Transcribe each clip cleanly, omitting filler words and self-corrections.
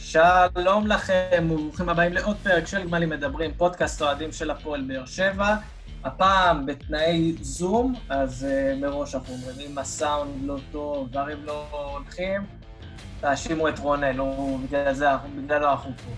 שלום לכם, וברוכים הבאים לעוד פרק של גמלים מדברים, פודקאסט אוהדים של הפועל באר שבע. הפעם בתנאי זום, אז מראש אנחנו אומרים, אם הסאונד לא טוב, דברים לא הולכים, תאשימו את רונן, בגללו אנחנו פה.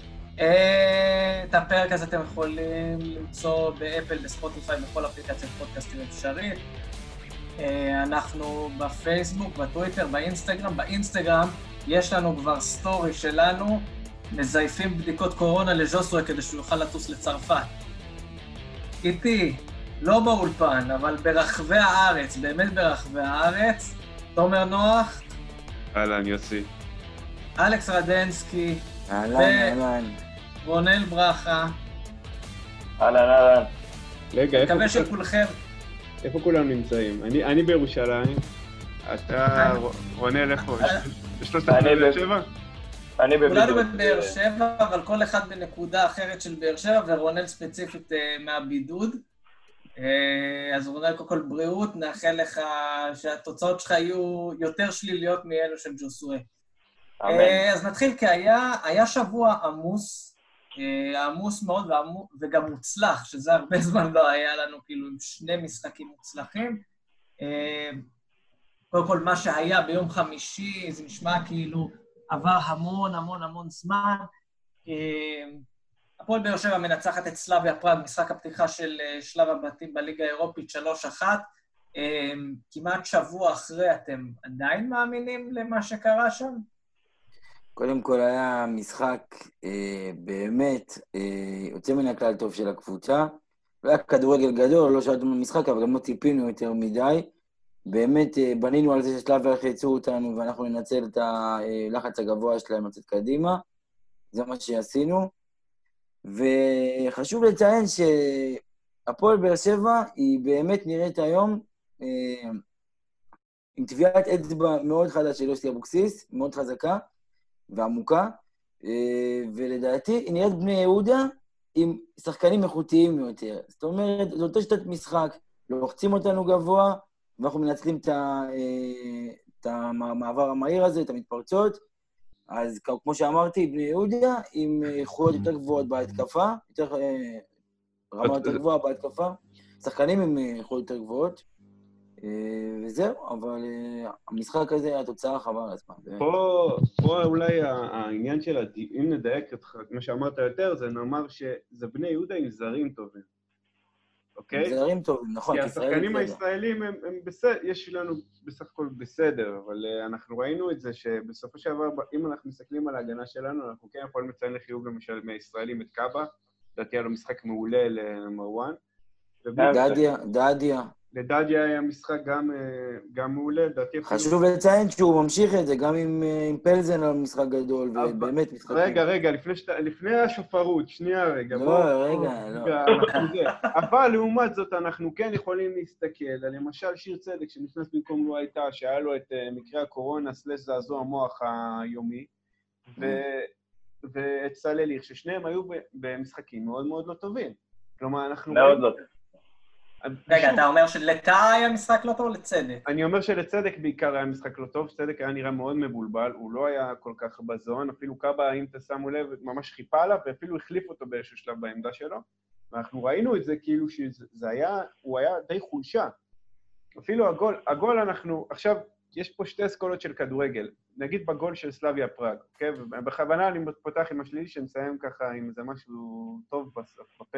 את הפרק הזה אתם יכולים למצוא באפל, בספוטיפיי, בכל אפליקציית פודקאסטים אפשרית. אנחנו בפייסבוק, בטוויטר, באינסטגרם. באינסטגרם יש לנו כבר סטורי שלנו, מזייפים בדיקות קורונה לז'וסווה כדי שהוא יוכל לטוס לצרפת. איתי, לא באולפן, אבל ברחבי הארץ, באמת ברחבי הארץ, תומר נוח. אהלן, יוסי. אלכס רדנסקי. אהלן. רונל ברכה. אהלן. רגע, מקווה שכולכם... איפה כולם נמצאים? אני בירושלים. אתה, רונל, איפה? יש לו סתם בבאר שבע? אני בבידוד. כולנו בבאר שבע, אבל כל אחד בנקודה אחרת של באר שבע, ורונל ספציפית מהבידוד. אז רונל, כל בריאות, נאחל לך שהתוצאות שלך יהיו יותר שליליות מאלו של ג'וסווה. אז נתחיל, כי היה שבוע עמוס מאוד וגם מוצלח, שזה הרבה זמן לא היה לנו, כאילו, עם שני משחקים מוצלחים. קודם כל, מה שהיה ביום חמישי, זה נשמע כאילו עבר המון זמן. הפועל באר שבע מנצחת את סלאביה פראג, משחק הפתיחה של שלב הבתים בליגה האירופית 3-1. כמעט שבוע אחרי, אתם עדיין מאמינים למה שקרה שם? קודם כל היה משחק באמת יוצא מן הכלל טוב של הקבוצה. לא היה כדורגל גדול, לא שאלנו במשחק, אבל גם לא ציפינו יותר מדי. באמת בנינו על זה ששלב יחצו אותנו, ואנחנו ננצל את הלחץ הגבוה שלהם לצאת קדימה. זה מה שעשינו. וחשוב לציין שהפועל באר שבע היא באמת נראית היום עם טביעת אצבע מאוד חדה של יוסי אבוקסיס, מאוד חזקה ועמוקה, ולדעתי היא נראית בני יהודה עם שחקנים איכותיים יותר. זאת אומרת, זו אותה שיטת משחק, לוחצים אותנו גבוה, ואנחנו מנצלים את המעבר המהיר הזה, את המתפרצות. אז כמו שאמרתי, בני יהודה עם איכויות יותר גבוהות בהתקפה, רמה יותר גבוהה בהתקפה, שחקנים עם איכויות יותר גבוהות, וזהו, אבל המשחק הזה, התוצאה חבל על הזמן. פה אולי העניין של, אם נדייק אותך, כמו שאמרת יותר, זה נאמר שזה בני יהודה עם זרים טובים. אוקיי? זרים טובים, נכון. כי השחקנים הישראלים הם בסדר, יש לנו בסך הכל בסדר, אבל אנחנו ראינו את זה שבסופו של דבר, אם אנחנו מסתכלים על ההגנה שלנו, אנחנו כן יכולים לציין לחיוב למשל מהישראלים את קאבה, לדעתי היה לו משחק מעולה למרואן. דדיה. לדדיה היה משחק גם מעולה, לדעתי... חשוב לציין שהוא ממשיך את זה, גם עם פלזן על משחק גדול, ובאמת משחק... רגע, לפני השופרות, שנייה רגע. לא. אבל לעומת זאת, אנחנו כן יכולים להסתכל, למשל שיר צדק, שנכנס במקום לא הייתה, שהיה לו את מקרה הקורונה, זעזוע המוח היומי, ואת סלליך, ששניהם היו במשחקים מאוד מאוד לא טובים. כלומר, אנחנו... מאוד לא טוב. רגע, אתה אומר שלטא היה משחק לא טוב או לצדק? אני אומר שלצדק בעיקר היה משחק לא טוב, צדק היה נראה מאוד מבולבל, הוא לא היה כל כך בזון, אפילו קאבה, אם תשמו לב, ממש חיפה עליו, ואפילו החליף אותו באיזשהו שלב בעמדה שלו, ואנחנו ראינו את זה כאילו שזה היה, הוא היה די חולשה. אפילו הגול אנחנו, עכשיו, יש פה שתי אסכולות של כדורגל, נגיד בגול של סלאביה פראג, אוקיי? ובכוונה אני פותח עם השלילי, שנסיים ככה עם איזה משהו טוב בפה.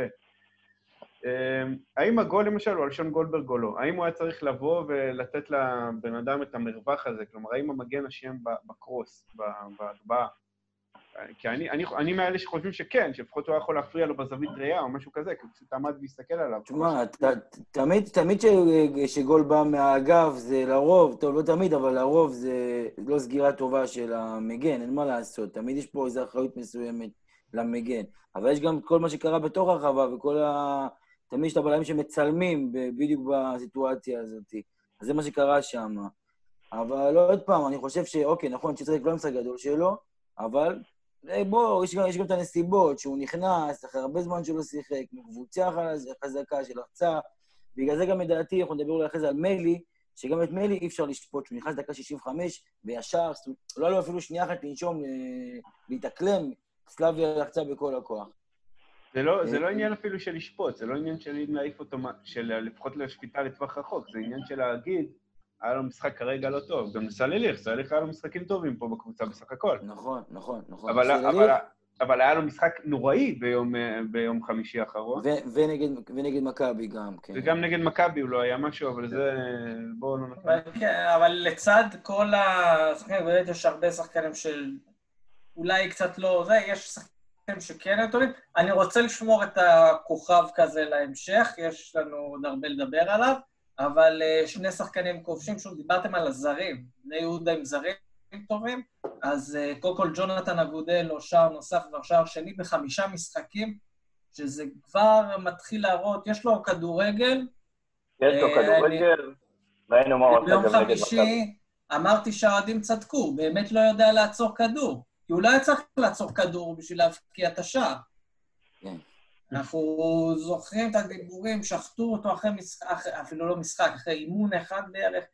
האם הגול למשל הוא על שון גולדברג או לא? האם הוא היה צריך לבוא ולתת לבן אדם את המרווח הזה? כלומר, האם המגן אשם בקרוס, בהגבהה? כי אני מאלה שחושבים שכן, שלפחות הוא יכול להפריע לו בזווית ראייה או משהו כזה, כי הוא פשוט עמד והסתכל עליו. תשמע, תמיד שגול בא מהאגף זה לרוב, טוב, לא תמיד, אבל לרוב זה לא סגירה טובה של המגן, אין מה לעשות. תמיד יש פה איזו אחריות מסוימת למגן. אבל יש גם כל מה שקרה בתוך הרחבה וכל תמיד יש את הבלמים שמצלמים בדיוק בסיטואציה הזאת. אז זה מה שקרה שם. אבל לא עוד פעם, אני חושב שאוקיי, נכון, שצדק לא משחק גדול שלו, אבל בוא, יש גם את הנסיבות שהוא נכנס, אחרי הרבה זמן שלא שיחק, מקבוצה חזקה שלחצה, בגלל זה גם לדעתי, אנחנו נדבר אולי אחרי זה על מלי, שגם את מלי אי אפשר לשפוט, שהוא נכנס דקה 65 וישר, לא היה לו אפילו שנייה אחת לנשום, להתאקלם, סלאביה לחצה בכל הכוח. זה לא עניין אפילו של לשפוט, זה לא עניין של להעיף אותו, לפחות לשפיטה לטווח רחוק, זה עניין של להגיד, היה לו משחק כרגע לא טוב, גם סליליך היה לו משחקים טובים פה בקבוצה בסך הכל. נכון. אבל היה לו משחק נוראי ביום חמישי האחרון. ונגד מכבי גם, כן. וגם נגד מכבי הוא לא היה משהו, אבל זה... בואו לא נתן. אבל לצד כל השחקנים, באמת יש הרבה שחקנים של... אולי קצת לא... יש שחקנים שכן הם טובים. אני רוצה לשמור את הכוכב כזה להמשך, יש לנו עוד הרבה לדבר עליו, אבל שני שחקנים כובשים, שוב, דיברתם על הזרים, בני יהודה עם זרים טובים, אז קודם כל ג'ונתן אגודל או שער נוסף והשער שני ב5 משחקים, שזה כבר מתחיל להראות, יש לו כדורגל. יש לו כדורגל, ראינו מה הוא עושה גם נגד מכבי. ביום חמישי אמרתי שהאוהדים צדקו, הוא באמת לא יודע לעצור כדור, כי הוא לא היה צריך לעצור כדור בשביל להבקיע את השער. אנחנו זוכרים את הדיבורים, שחטו אותו אחרי משחק, אפילו לא משחק, אחרי אימון אחד בערך.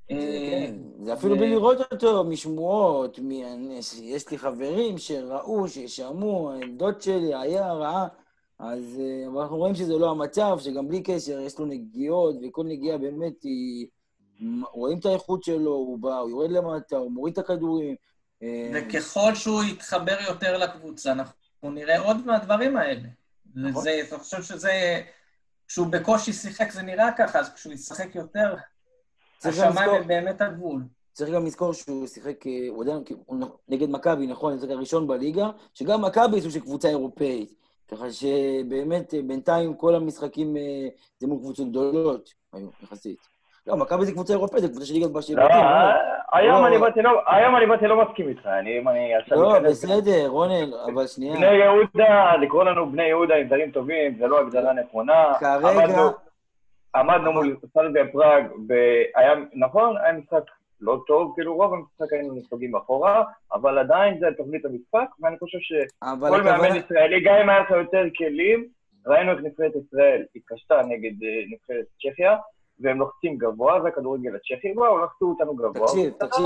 זה אפילו בלי לראות אותו משמועות, יש לי חברים שראו, ששמעו, העמדות שלי היה רעה, אז אנחנו רואים שזה לא המצב, שגם בלי קשר יש לו נגיעות, וכל נגיעה באמת רואים את האיכות שלו, הוא בא, הוא יורד למטה, הוא מוריד את הכדורים. וככל שהוא יתחבר יותר לקבוצה, אנחנו נראה עוד מהדברים האלה. אני חושב שזה, כשהוא בקושי שיחק זה נראה ככה, אז כשהוא ישחק יותר, השמיים הם באמת הגבול. צריך גם לזכור שהוא שיחק, נגד מכבי, נכון, זה הראשון בליגה, שגם מכבי זו שקבוצה אירופאית, ככה שבאמת בינתיים כל המשחקים זה מול קבוצות גדולות, יחסית. לא, מכבי זה קבוצה אירופאית, זה קבוצה של ליגת בשבטים. היום אני באתי לא מסכים איתך, לא, בסדר, רונל, אבל שנייה. בני יהודה, לקרוא לנו בני יהודה עם זרים טובים, זה לא הגדרה נכונה. כרגע... עמדנו מול סלביה פראג, נכון, היה משחק לא טוב, כאילו רוב המשחק היינו נסוגים אחורה, אבל עדיין זה תוכנית המשחק, ואני חושב שכל מאמן ישראלי, גם אם היה לך יותר כלים, ראינו איך נבחרת ישראל התקשתה נגד נבחרת צ'כיה, והם לוחצים גבוה, זה הכדורגל הצ'כי, וואו, לחצו אותנו גבוה. תקשיב,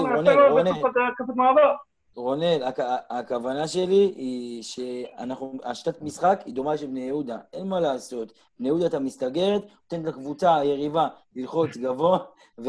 רונל, הכוונה שלי היא שהשיטת משחק היא דומה של בני יהודה, אין מה לעשות. בני יהודה אתה מסתגרת, נותנת לקבוצה היריבה ללחוץ גבוה,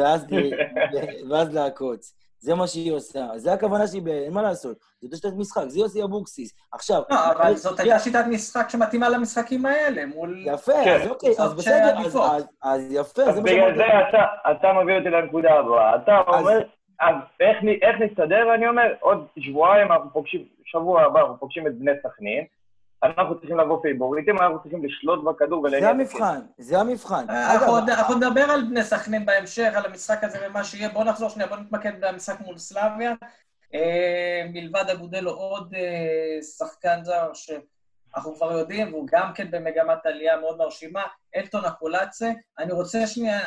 ואז לעקוץ. זה מה שהיא עושה. זה הכוונה שלי, אין מה לעשות. זאת שיטת משחק, זה יוסי אבוקסיס. עכשיו... לא, אבל זאת הייתה שיטת משחק שמתאימה למשחקים האלה, מול... יפה, אז אוקיי, אז בסדר, אז יפה. אז בגלל זה אתה מביא אותי לנקודה הבאה. אתה אומר, אז איך נסתדר? אני אומר, עוד שבועיים אנחנו פוגשים, שבוע הבא אנחנו פוגשים את בני סכנין, אנחנו צריכים לבוא פייבוריטים, אנחנו צריכים לשלוט בכדור זה המבחן. אנחנו נדבר על בני סכנין בהמשך, על המשחק הזה ומה שיהיה. בואו נחזור שנייה, בואו נתמקד במשחק מול סלאביה. מלבד אגודלו עוד שחקן זר שאנחנו כבר יודעים, והוא גם כן במגמת עלייה מאוד מרשימה, אלטון אקולצה. אני רוצה שנייה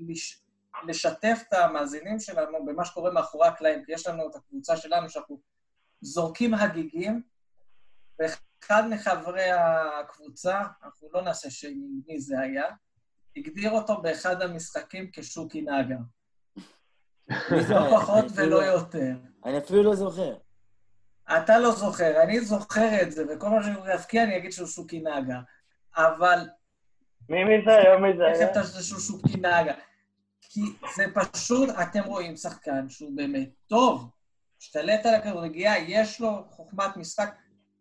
לשתף את המאזינים שלנו במה שקורה מאחורי הקלעים, כי יש לנו את הקבוצה שלנו שאנחנו זורקים הגיגים, ואחד מחברי הקבוצה, אנחנו לא נעשה שמי זה היה, הגדיר אותו באחד המשחקים כשוקי נגר. לא פחות ולא יותר. אני אפילו לא זוכר. אתה לא זוכר, אני זוכר את זה, וכל מה שהוא יפקיע אני אגיד שהוא שוקי נגר. אבל... מי זה היה? איך אתה שהוא שוקי נגר? כי זה פשוט, אתם רואים שחקן שהוא באמת טוב, שתלט על הכדורגיה, יש לו חוכמת משחק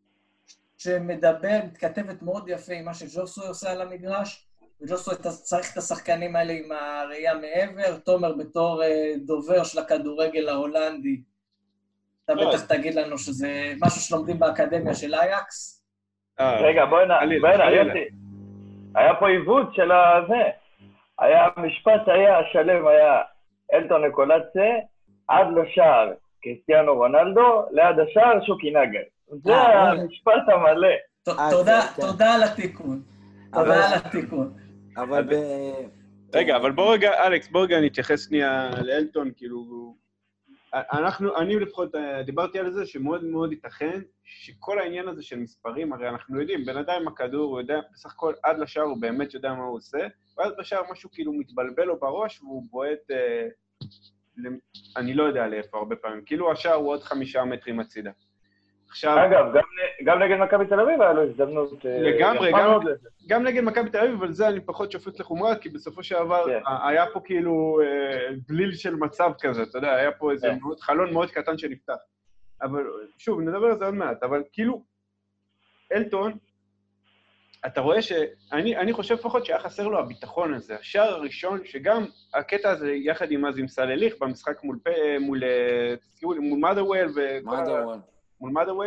שמדבר, מתכתבת מאוד יפה עם מה שג'וסוי עושה על המגרש, וג'וסוי צריך את השחקנים האלה עם הראייה מעבר, תומר בתור דובר של הכדורגל ההולנדי, אתה בטח תגיד לנו שזה משהו שלומדים באקדמיה של אייקס. רגע, בואי יוסי, היה פה עיוות של הזה, היה משפט היה שלם, היה אלטון אקולצה, עד לשער קריסטיאנו רונלדו, ליד השער שוקי נגר. זה המשפט המלא. תודה על התיקון. תודה על התיקון. רגע, אבל בוא רגע, אלכס, בוא רגע נתייחס שנייה לאלטון, כאילו... אני לפחות דיברתי על זה שמאוד מאוד ייתכן שכל העניין הזה של מספרים, הרי אנחנו יודעים, בן אדם עם הכדור, הוא יודע, בסך הכל עד לשער הוא באמת יודע מה הוא עושה, ואז בשער משהו כאילו מתבלבל לו בראש, והוא בועט, אני לא יודע לאיפה הרבה פעמים, כאילו השער הוא עוד 5 מטרים הצידה. עכשיו... אגב, גם נגד מכבי תל אביב היה לו הזדמנות... לגמרי, גם נגד מכבי תל אביב, אבל זה אני פחות שופט לחומרה, כי בסופו של דבר היה פה כאילו בליל של מצב כזה, אתה יודע, היה פה איזה חלון מאוד קטן שנפתח. אבל שוב, נדבר על זה עוד מעט, אבל כאילו, אלטון, אתה רואה שאני חושב לפחות שהיה חסר לו הביטחון הזה, השער הראשון, שגם הקטע הזה יחד עם אז עם סלליך, במשחק מול מאדרוול מול מאדרוול,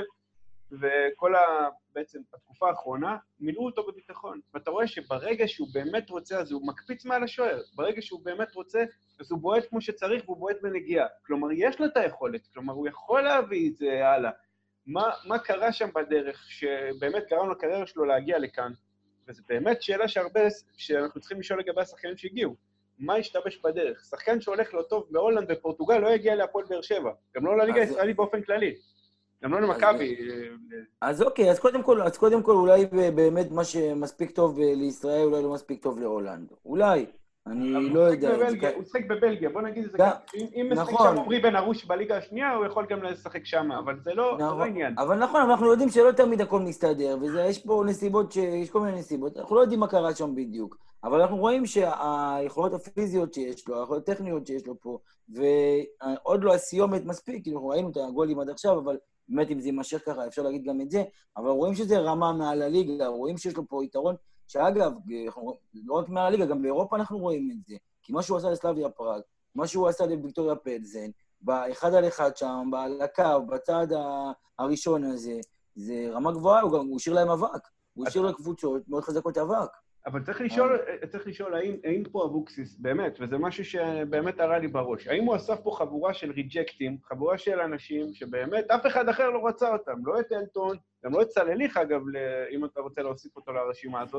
וכל בעצם התקופה האחרונה, מילאו אותו בביטחון. ואתה רואה שברגע שהוא באמת רוצה, אז הוא מקפיץ מעל השוער. ברגע שהוא באמת רוצה, אז הוא בועט כמו שצריך, והוא בועט בנגיעה. כלומר, יש לו את היכולת. כלומר, הוא יכול להביא את זה הלאה. מה קרה שם בדרך, שבאמת קראנו לקריירה שלו להגיע לכאן? וזו באמת שאלה שאנחנו צריכים לשאול לגבי השחקנים שהגיעו. מה השתבש בדרך? שחקן שהולך לא טוב בהולנד ופורטוגל לא יגיע להפועל באר שבע. גם לא לליגה הישראלית באופן כללי. גם לא למכבי. אז אוקיי, אז קודם כל אולי באמת מה שמספיק טוב לישראל, אולי לא מספיק טוב להולנד. אולי, אני לא יודע. הוא שחק בבלגיה, בוא נגיד את זה ככה. אם משחק שם עמרי בן ארוש בליגה השנייה, הוא יכול גם לשחק שם, אבל זה לא עניין. אבל נכון, אנחנו יודעים שלא תמיד הכל מסתדר, ויש פה נסיבות, יש כל מיני נסיבות. אנחנו לא יודעים מה קרה שם בדיוק, אבל אנחנו רואים שהיכולות הפיזיות שיש לו, היכולות הטכניות שיש לו פה, ועוד לא הסיומת מספיק, אנחנו ראינו את הגולים עד עכשיו, אבל באמת אם זה יימשך ככה, אפשר להגיד גם את זה, אבל רואים שזה רמה מעל הליגה, רואים שיש לו פה יתרון, שאגב, לא רק מעל הליגה, גם באירופה אנחנו רואים את זה, כי מה שהוא עשה לסלאביה פראג, מה שהוא עשה לוויקטוריה פלזן, באחד על אחד שם, בקו, בצד הראשון הזה, זה רמה גבוהה, הוא השאיר להם אבק, הוא השאיר לקבוצות מאוד חזקות אבק. אבל צריך לשאול האם פה אבוקסיס, באמת, וזה משהו שבאמת הראה לי בראש, האם הוא אסף פה חבורה של ריג'קטים, חבורה של אנשים שבאמת אף אחד אחר לא רצה אותם, לא את אלטון, גם לא את סלליך אגב, אם אתה רוצה להוסיף אותו לרשימה הזאת,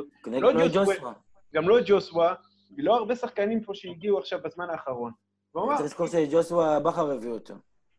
גם לא את ג'וסווה, ולא הרבה שחקנים פה שהגיעו עכשיו בזמן האחרון. צריך לזכור שג'וסווה בכר הביא אותו.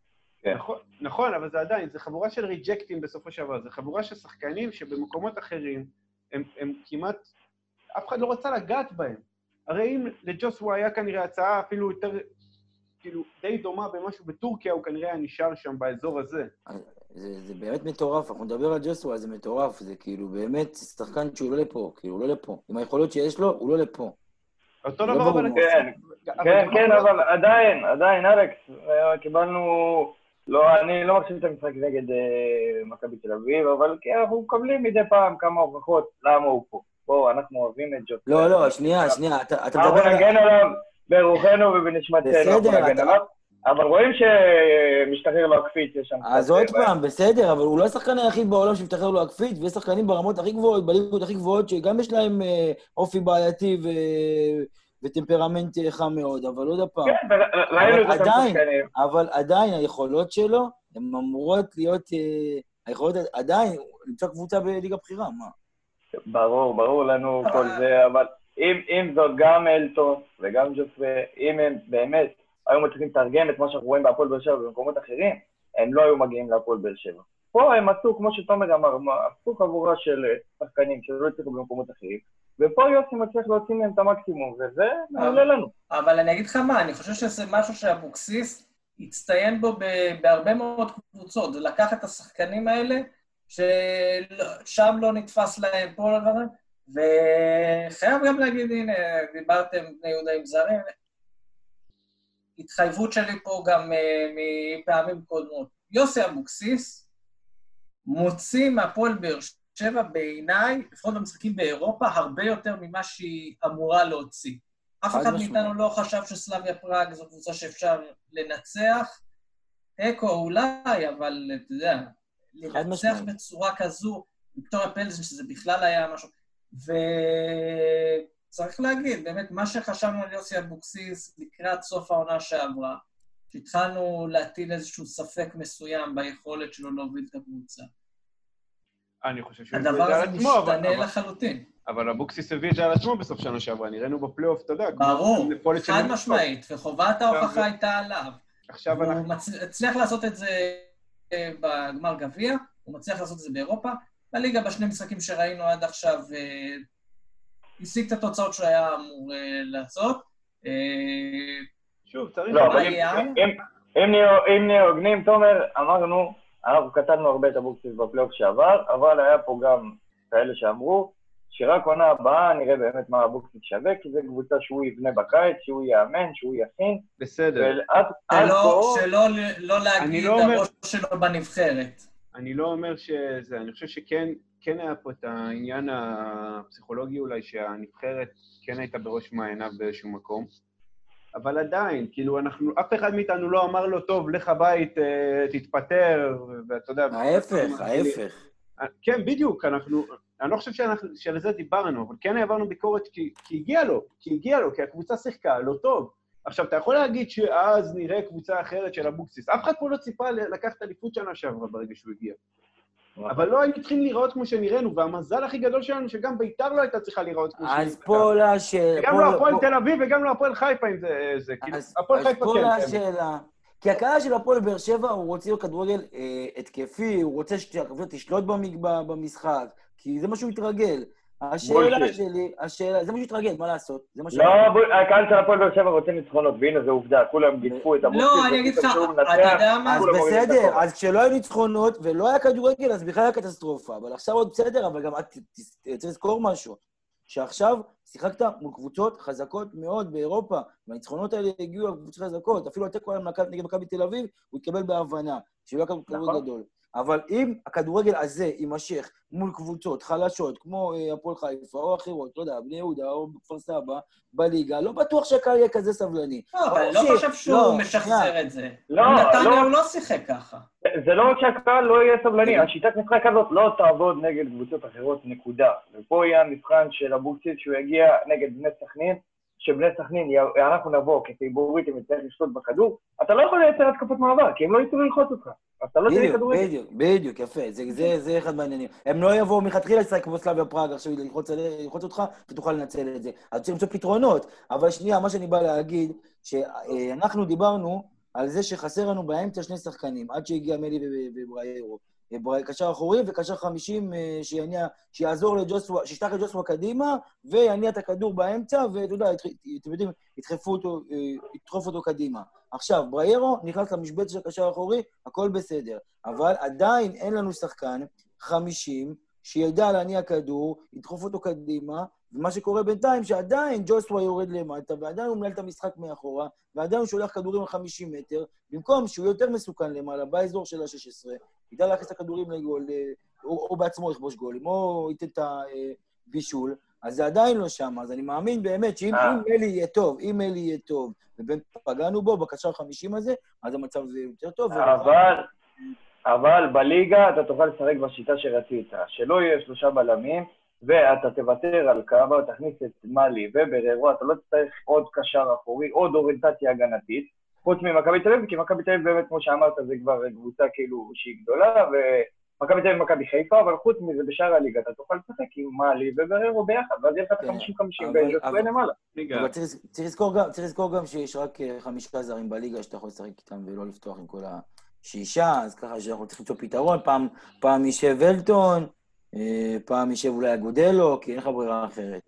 נכון, אבל זה עדיין, זה חבורה של ריג'קטים בסופו של דבר, זה חבורה של שחקנים שבמקומות אחרים הם כמעט אף אחד לא רצה לגעת בהם. הרי אם לג'וסווה היה כנראה הצעה אפילו יותר, כאילו, די דומה במשהו בטורקיה, הוא כנראה נשאר שם באזור הזה. זה באמת מטורף, אנחנו נדבר על ג'וסווה, זה מטורף, זה כאילו באמת שחקן שהוא לא לפה, כאילו הוא לא לפה. עם היכולות שיש לו, הוא לא לפה. אותו דבר אבל... כן, אבל עדיין, אלכס, קיבלנו... לא, אני לא מקשיב את המשחק נגד מכבי תל אביב, אבל אנחנו מקבלים מדי פעם כמה הוכחות למה הוא פה. בואו, אנחנו אוהבים את ג'וט. לא, שנייה, אתה מדבר... אנחנו נגן עליו ברוחנו ובנשמתנו, אבל רואים שמשתחרר לו הקפיץ, יש שם... אז עוד פעם, בסדר, אבל הוא לא השחקן היחיד בעולם שמשתחרר לו הקפיץ, ויש שחקנים ברמות הכי גבוהות, בליגות הכי גבוהות, שגם יש להם אופי בעייתי וטמפרמנט חם מאוד, אבל עוד פעם. כן, ראינו את השחקנים. אבל עדיין היכולות שלו, הן אמורות להיות... היכולות עדיין, למצוא קבוצה בליגה בחירה, מה? ברור לנו כל זה, אבל אם זאת גם אלטון וגם ג'וסווה, אם הם באמת היו מצליחים לתרגם את מה שאנחנו רואים בהפועל באר שבע במקומות אחרים, הם לא היו מגיעים להפועל באר שבע. פה הם עשו, כמו שתומר אמר, עשו חבורה של שחקנים שלא הצליחו במקומות אחרים, ופה יוסי מצליח להוציא מהם את המקסימום, וזה מעולה לנו. אבל אני אגיד לך מה, אני חושב שזה משהו שאבוקסיס הצטיין בו בהרבה מאוד קבוצות, זה לקח את השחקנים האלה, ששם לא נתפס להם פה לדברים, וחייב גם להגיד, הנה, דיברתם בני יהודה עם זרים, התחייבות שלי פה גם מפעמים קודמות. יוסי אבוקסיס מוציא מהפועל באר שבע בעיניי, לפחות במשחקים באירופה, הרבה יותר ממה שהיא אמורה להוציא. אף אחד מאיתנו לא חשב שסלאביה פראג זו קבוצה שאפשר לנצח, אקו אולי, אבל אתה יודע, לנצח בצורה כזו, ויקטוריה פלזן, שזה בכלל היה משהו, וצריך להגיד, באמת, מה שחשבנו על יוסי אבוקסיס לקראת סוף העונה שעברה, שהתחלנו להטיל איזשהו ספק מסוים ביכולת שלו להוביל את הקבוצה. אני חושב שהוא הדבר הזה משתנה לחלוטין. אבל אבוקסיס הביא את זה על עצמו בסוף שנה שעברה, נראינו בפלייאוף, אתה יודע. ברור, חד משמעית, וחובת ההוכחה הייתה עליו. עכשיו הוא הצליח לעשות את זה בגמר גביע, הוא מצליח לעשות את זה באירופה, בליגה בשני משחקים שראינו עד עכשיו, השיג את התוצאות שהוא היה אמור לעשות. שוב, צריך... לא, אבל אם נהיה הוגנים, תומר, אמרנו, אנחנו קטלנו הרבה את אבוקסיס בפלייאוף שעבר, אבל היה פה גם כאלה שאמרו, שרק עונה הבאה נראה באמת מה אבוקסיס שווה, כי זו קבוצה שהוא יבנה בקיץ, שהוא יאמן, שהוא יכין. בסדר. שלא להגיד הראש שלו בנבחרת. אני לא אומר שזה, אני חושב שכן היה פה את העניין הפסיכולוגי אולי, שהנבחרת כן הייתה בראש מעייניו באיזשהו מקום, אבל עדיין, כאילו אף אחד מאיתנו לא אמר לו, טוב, לך הבית, תתפטר, ואתה יודע... ההפך. כן, בדיוק, אני לא חושב שעל זה דיברנו, אבל כן העברנו ביקורת כי הגיע לו, כי הקבוצה שיחקה לא טוב. עכשיו, אתה יכול להגיד שאז נראה קבוצה אחרת של אבוקסיס. אף אחד פה לא ציפה לקחת אליפות שנה שעברה ברגע שהוא הגיע. אבל לא היינו צריכים לראות כמו שנראינו, והמזל הכי גדול שלנו שגם בית"ר לא הייתה צריכה לראות כמו שנראינו. אז פה עולה השאלה... וגם לא הפועל תל אביב וגם לא הפועל חיפה אם זה כאילו... הפועל חיפה כן. אז פה עולה השאלה... כי הקהל של הפועל באר שבע הוא רוצה כדורגל התקפי, הוא רוצה שהקבוצה תשלוט במשחק, כי זה מה שהוא התרגל. השאלה שלי, זה מה שהתרגל, מה לעשות? לא, הקהל של הפועל באר שבע רוצה ניצחונות, והנה זה עובדה, כולם גידפו את אבוקסיס. לא, אני אגיד לך, אתה יודע מה? אז בסדר, אז כשלא היו ניצחונות ולא היה כדורגל, אז בכלל היה קטסטרופה, אבל עכשיו עוד בסדר, אבל גם צריך לזכור משהו, שעכשיו שיחקת מול קבוצות חזקות מאוד באירופה, והניצחונות האלה הגיעו על קבוצות חזקות, אפילו אתה כל נגד מכבי תל אביב, הוא התקבל בהבנה, שלא היה כדורגל גדול. אבל אם הכדורגל הזה יימשך מול קבוצות חלשות, כמו הפועל חיפה או אחרות, לא יודע, בני יהודה או כפר סבא, בליגה, לא בטוח שהקהל יהיה כזה סבלני. לא, אבל לא חושב שהוא משחזר את זה. נתניה הוא לא שיחק ככה. זה לא רק שהקהל לא יהיה סבלני, השיטת משחק הזאת לא תעבוד נגד קבוצות אחרות, נקודה. ופה יהיה המבחן של אבוקסיס שהוא יגיע נגד בני סכנין, שבני סכנין, אנחנו נבוא כפיבורית, אם יצטרך לשלוט בכדור, אתה לא יכול לייצר התקפות מעבר, כי הם לא יצטרכו ללחוץ אותך. אתה לא תהיה כדורגל. בדיוק, יפה. זה אחד מהעניינים. הם לא יבואו מלכתחילה לשחק כמו סלאביה פראג, עכשיו ללחוץ אותך, ותוכל לנצל את זה. אז צריך למצוא פתרונות. אבל שנייה, מה שאני בא להגיד, שאנחנו דיברנו על זה שחסר לנו באמצע שני שחקנים, עד שהגיע מלי ובריירו. קשר אחורי וקשר 50 שיעזור לג'וסווה, שישתח את ג'וסווה קדימה, ויניע את הכדור באמצע, ואתה יודע, אתם יודעים, ידחוף אותו קדימה. עכשיו, בריירו נכנס למשבצת של הקשר האחורי, הכל בסדר. אבל עדיין אין לנו שחקן 50 שידע להניע כדור, ידחוף אותו קדימה, ומה שקורה בינתיים, שעדיין ג'וסווה יורד למטה, ועדיין הוא מנהל את המשחק מאחורה, ועדיין הוא שולח כדורים על 50 מטר, במקום שהוא יותר מסוכן למעלה, באזור של ה-16, ידע להכניס את הכדורים לגול, או בעצמו יכבוש גולים, או ייתן את הבישול, אז זה עדיין לא שם. אז אני מאמין באמת שאם מלי יהיה טוב, ובין פגענו בו, בקשר 50 הזה, אז המצב זה יותר טוב. אבל בליגה אתה תוכל לשחק בשיטה שרצית, שלא יהיה 3 בלמים, ואתה תוותר על קאבה, תכניס את מלי ובררו, אתה לא תצטרך עוד קשר אחורי, עוד אוריינטציה הגנתית, חוץ ממכבי תל אביב, כי מכבי תל אביב באמת, כמו שאמרת, זה כבר קבוצה כאילו שהיא גדולה, ומכבי תל אביב ומכבי חיפה, אבל חוץ מזה בשאר הליגה, אתה תוכל לשחק עם מלי ובררו ביחד, ואז יהיה לך את 50-50 בין למעלה. אבל צריך לזכור גם שיש רק 5 זרים בליגה שאתה יכול לשחק איתם ולא לפתוח עם כל ה6, אז ככה שאנחנו צריכים למצוא פתרון, פעם יישב ולטון, פעם יישב אולי אגודלו, כי אין לך ברירה אחרת.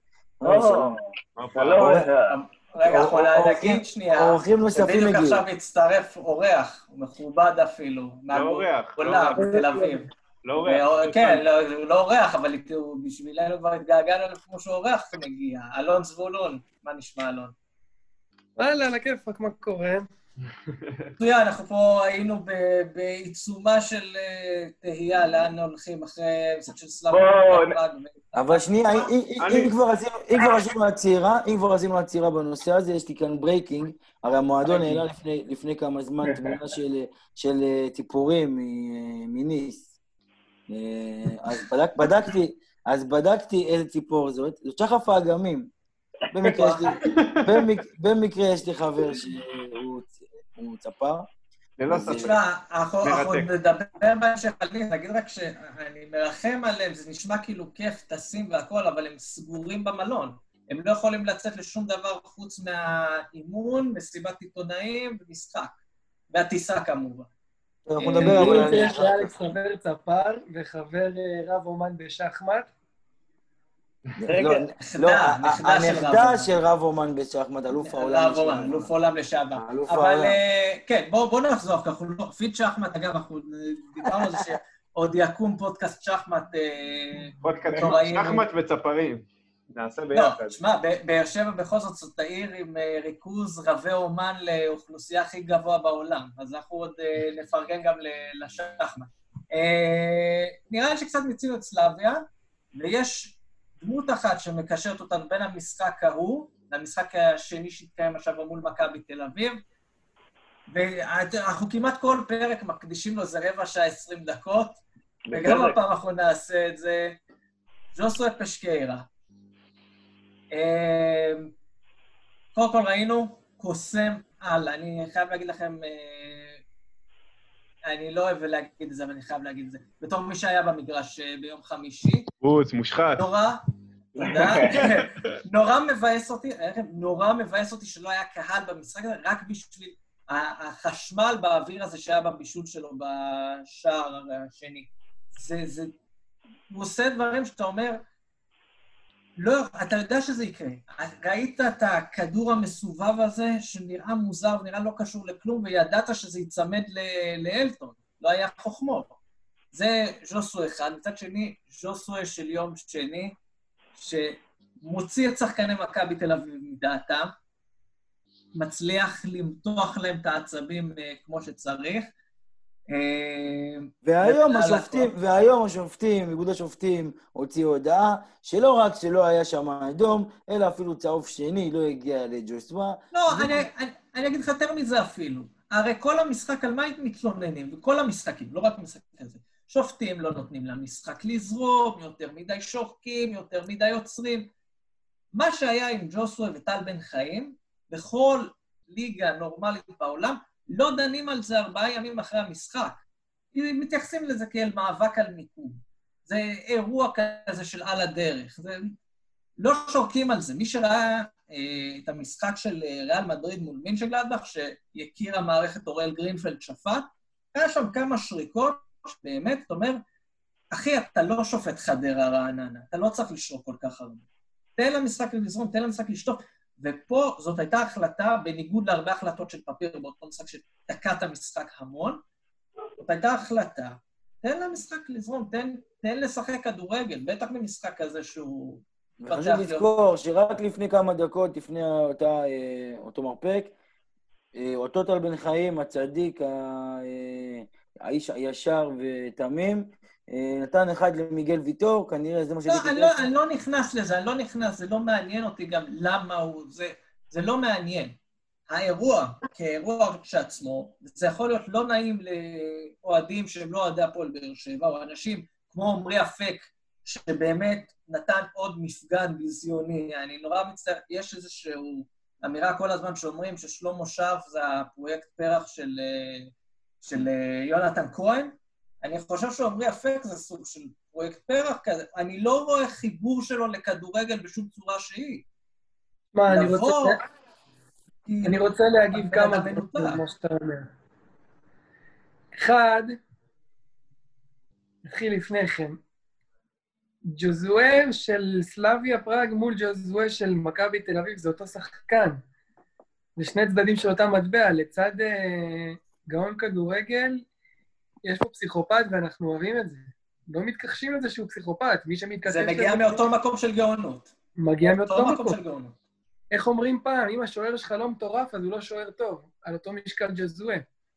רגע, יכולה להגיד שנייה, אורחים נוספים בדיוק עכשיו מצטרף אורח, מכובד אפילו, מהגולה בתל אביב. לא אורח. כן, לא אורח, אבל בשבילנו כבר התגעגענו אליו כמו שאורח מגיע. אלון זבולון, מה נשמע אלון? על הכיפאק, מה קורה? תראה, אנחנו פה היינו בעיצומה של תהייה, לאן הולכים אחרי משחק של סלאביה. אבל שנייה, אם כבר עשינו הצעירה בנושא הזה, יש לי כאן ברייקינג, הרי המועדון העלה לפני כמה זמן תמונה של טיפורים מניס. אז בדקתי איזה ציפור זאת, זאת שחף האגמים. במקרה יש לי חבר שהוא צפר. אנחנו נדבר בהמשך על לי, נגיד רק שאני מרחם עליהם, זה נשמע כאילו כיף, טסים והכל, אבל הם סגורים במלון. הם לא יכולים לצאת לשום דבר חוץ מהאימון, מסיבת עיתונאים ומשחק. והטיסה כמובן. אנחנו נדבר אבל... יש לאלכס חבר צפר וחבר רב אומן בשחמט. לא, הנכדה של רב אומן בשחמט, אלוף העולם לשעבר. אלוף העולם לשעבר. אבל כן, בואו נחזור, אנחנו לא, פיד שחמט, אגב, אנחנו דיברנו על זה שעוד יקום פודקאסט שחמט. פודקאסט שחמט וצפרים, נעשה ביחד. לא, תשמע, באר שבע בכל זאת זאת העיר עם ריכוז רבי אומן לאוכלוסייה הכי גבוה בעולם, אז אנחנו עוד נפרגן גם לשחמט. נראה לי שקצת מיצינו את סלאביה, ויש דמות אחת שמקשרת אותנו בין המשחק ההוא, למשחק השני שהתקיים עכשיו מול מכבי תל אביב, ואנחנו כמעט כל פרק מקדישים לו איזה רבע שעה 20 דקות, וגם הפעם אנחנו נעשה את זה, ז'וסווה פשקיירה. קודם כל ראינו קוסם על, אני חייב להגיד לכם, אני לא אוהב להגיד את זה, אבל אני חייב להגיד את זה. בתור מי שהיה במגרש ביום חמישי. מושחת. נורא מבאס אותי שלא היה קהל במשחק הזה, רק בשביל החשמל באוויר הזה שהיה בבישול שלו בשער השני. הוא עושה דברים שאתה אומר, לא, אתה יודע שזה יקרה. ראית את הכדור המסובב הזה שנראה מוזר ונראה לא קשור לכלום, וידעת שזה יצמד לאלטון. לא היה חוכמות. זה ז'וסווה אחד. מצד שני, ז'וסווה של יום שני, שמוציא את שחקני מכבי תל אביב מדעתם, מצליח למתוח להם את העצבים כמו שצריך. והיום השופטים, איגוד השופטים, הוציאו הודעה שלא רק שלא היה שם אדום, אלא אפילו צהוב שני לא הגיע לג'וסווה. לא, אני אגיד לך יותר מזה אפילו. הרי כל המשחק על מה מתלוננים, וכל המשחקים, לא רק משחק כזה, שופטים לא נותנים למשחק לזרום, יותר מדי שורקים, יותר מדי יוצרים. מה שהיה עם ג'וסווה וטל בן חיים, בכל ליגה נורמלית בעולם, לא דנים על זה 4 ימים אחרי המשחק. מתייחסים לזה כאל מאבק על מיקום. זה אירוע כזה של על הדרך. לא שורקים על זה. מי שראה את המשחק של ריאל מדריד מול מינצ'נגלדבך, שיכיר המערכת אוראל גרינפלד שפט, היה שם כמה שריקות, באמת, אתה אומר, אחי, אתה לא שופט חדרה רעננה, אתה לא צריך לשרוק כל כך הרבה. תן למשחק לזרום, תן למשחק לשטוף. ופה זאת הייתה החלטה, בניגוד להרבה החלטות של פפיר, באותו משחק שתקע את המשחק המון, זאת הייתה החלטה, תן למשחק לזרום, תן לשחק כדורגל, בטח במשחק כזה שהוא... וחשוב לזכור שרק לפני כמה דקות, לפני אותו מרפק, אותו טל בן חיים, הצדיק, האיש הישר ותמים, נתן אחד למיגל ויטור, כנראה זה מה שדיוק... לא, אני לא נכנס לזה, זה לא מעניין אותי גם למה הוא... זה לא מעניין. האירוע, כאירוע שעצמו, זה יכול להיות לא נעים לאוהדים שהם לא אוהדי הפועל באר שבע, או אנשים כמו עמרי אפק, שבאמת נתן עוד מפגן ביזיוני. אני נורא מצטער, יש איזשהו אמירה כל הזמן שאומרים ששלמה שב זה הפרויקט פרח של יונתן כהן, אני חושב שעמרי אפק זה סוג של פרויקט פרח כזה, אני לא רואה חיבור שלו לכדורגל בשום צורה שהיא. מה, אני רוצה להגיב כמה דקות מה שאתה אומר. אחד, נתחיל לפניכם, ג'וזואה של סלאביה פראג מול ג'וזואה של מכבי תל אביב, זה אותו שחקן. זה שני צדדים של אותה מטבע, לצד גאון כדורגל, יש פה פסיכופת ואנחנו אוהבים את זה. לא מתכחשים לזה שהוא פסיכופת, מי שמתכחש... זה מגיע מאותו מקום של גאונות. מגיע מאותו מקום של גאונות. איך אומרים פעם, אם השוער שלך לא מטורף, אז הוא לא שוער טוב, על אותו משקל ג'זואה.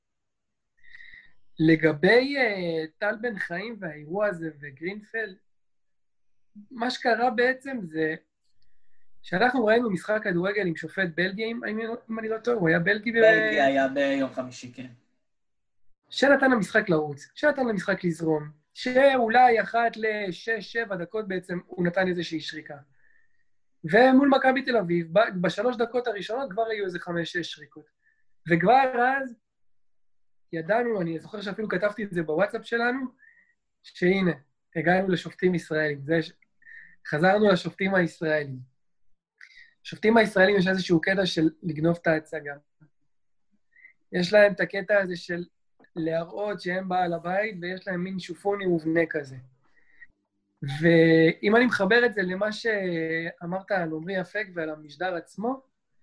לגבי טל בן חיים והאירוע הזה וגרינפלד, מה שקרה בעצם זה שאנחנו ראינו משחק כדורגל עם שופט בלגי, אם אני לא טוב, הוא היה בלגי בלגי היה ביום חמישי, כן. שנתן למשחק לרוץ, שנתן למשחק לזרום, שאולי אחת ל6-7 דקות בעצם הוא נתן איזושהי שריקה. ומול מכבי תל אביב, ב3 דקות הראשונות כבר היו איזה 5-6 שריקות. וכבר אז ידענו, אני זוכר שאפילו כתבתי את זה בוואטסאפ שלנו, שהנה, הגענו לשופטים ישראלים. חזרנו לשופטים הישראלים. שופטים הישראלים יש איזשהו קטע של לגנוב את ההצגה. יש להם את הקטע הזה של להראות שהם בעל הבית, ויש להם מין שופוני מובנה כזה. ואם אני מחבר את זה למה שאמרת על עומרי אפק ועל המשדר עצמו,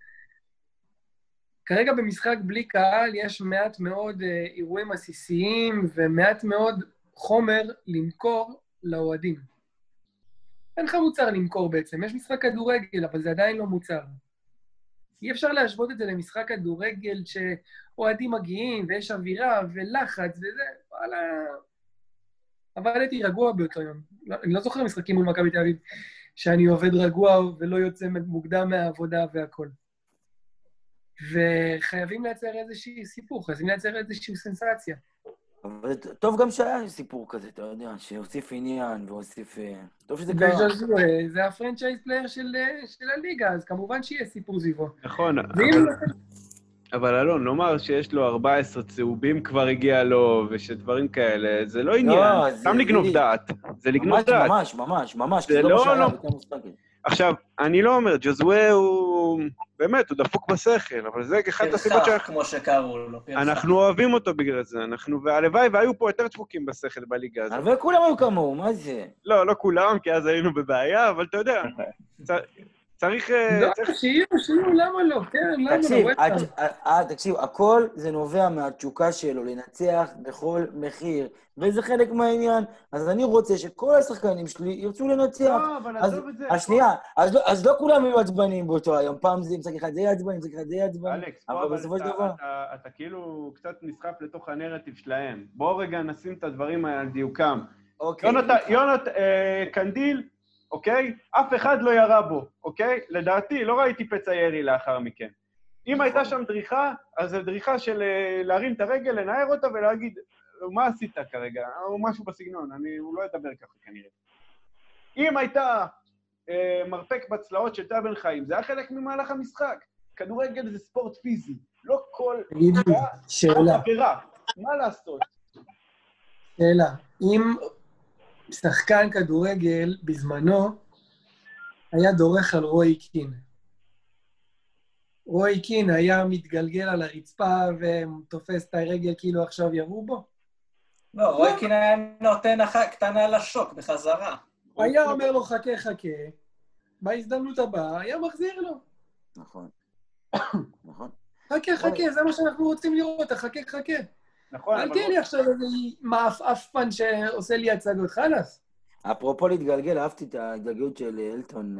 כרגע במשחק בלי קהל יש מעט מאוד אירועים עסיסיים ומעט מאוד חומר למכור לאוהדים. אין לך מוצר למכור בעצם, יש משחק כדורגל, אבל זה עדיין לא מוצר. אי אפשר להשוות את זה למשחק כדורגל שאוהדים מגיעים ויש אווירה ולחץ וזה, וואלה... אבל הייתי רגוע באותו יום. אני לא זוכר משחקים מול מכבי תל אביב שאני עובד רגוע ולא יוצא מוקדם מהעבודה והכל. וחייבים לייצר איזושהי סיפור, חייבים לייצר איזושהי סנסציה. אבל טוב גם שהיה סיפור כזה, אתה יודע, שהוסיף עניין והוסיף... טוב שזה קרה. זה הפרנצ'ייז פלייר של הליגה, אז כמובן שיהיה סיפור סביבו. נכון, אבל אלון, נאמר שיש לו 14 צהובים כבר הגיע לו, ושדברים כאלה, זה לא עניין, סתם לגנוב דעת. זה לגנוב דעת. ממש, זה לא... עכשיו, אני לא אומר, ג'וזווה הוא... באמת, הוא דפוק בשכל, אבל זה אחת הסיבות שאנחנו... כמו שקראו לו. אנחנו אוהבים אותו בגלל זה, והלוואי, והיו פה יותר דפוקים בשכל בליגה הזאת. אבל כולם היו כמוהו, מה זה? לא כולם, כי אז היינו בבעיה, אבל אתה יודע, צריך... לא, שיהיו, למה לא? כן, למה לא? תקשיב, הכל זה נובע מהתשוקה שלו, לנצח בכל מחיר, וזה חלק מהעניין. אז אני רוצה שכל השחקנים שלי ירצו לנצח. לא, אבל עזוב את זה. אז לא כולם יהיו עצבנים באותו היום. פעם זה משחק אחד, זה יהיה עצבני, משחק אחד, זה יהיה עצבני. אלכס, אתה כאילו קצת נסחף לתוך הנרטיב שלהם. בוא רגע נשים את הדברים על דיוקם. יונת קנדיל, אוקיי? אף אחד לא ירה בו, אוקיי? לדעתי, לא ראיתי פצע ירי לאחר מכן. אם הייתה שם דריכה, אז זו דריכה של להרים את הרגל, לנער אותה ולהגיד, מה עשית כרגע? או משהו בסגנון, הוא לא אדבר ככה כנראה. אם הייתה מרפק בצלעות של טל בן חיים, זה היה חלק ממהלך המשחק. כדורגל זה ספורט פיזי, לא כל... שאלה. עבירה, מה לעשות? שאלה, אם... שחקן כדורגל בזמנו היה דורך על רוי קין. רוי קין היה מתגלגל על הרצפה ותופס את הרגל כאילו עכשיו ירו בו? לא, רוי קין היה נותן קטנה לשוק בחזרה. היה אומר לו חכה, בהזדמנות הבאה היה מחזיר לו. נכון. חכה, זה מה שאנחנו רוצים לראות, חכה. נכון, אל תהיה לי עכשיו איזה מאפן שעושה לי הצגות, חלאס. אפרופו להתגלגל, אהבתי את ההתגלגלות של אלטון,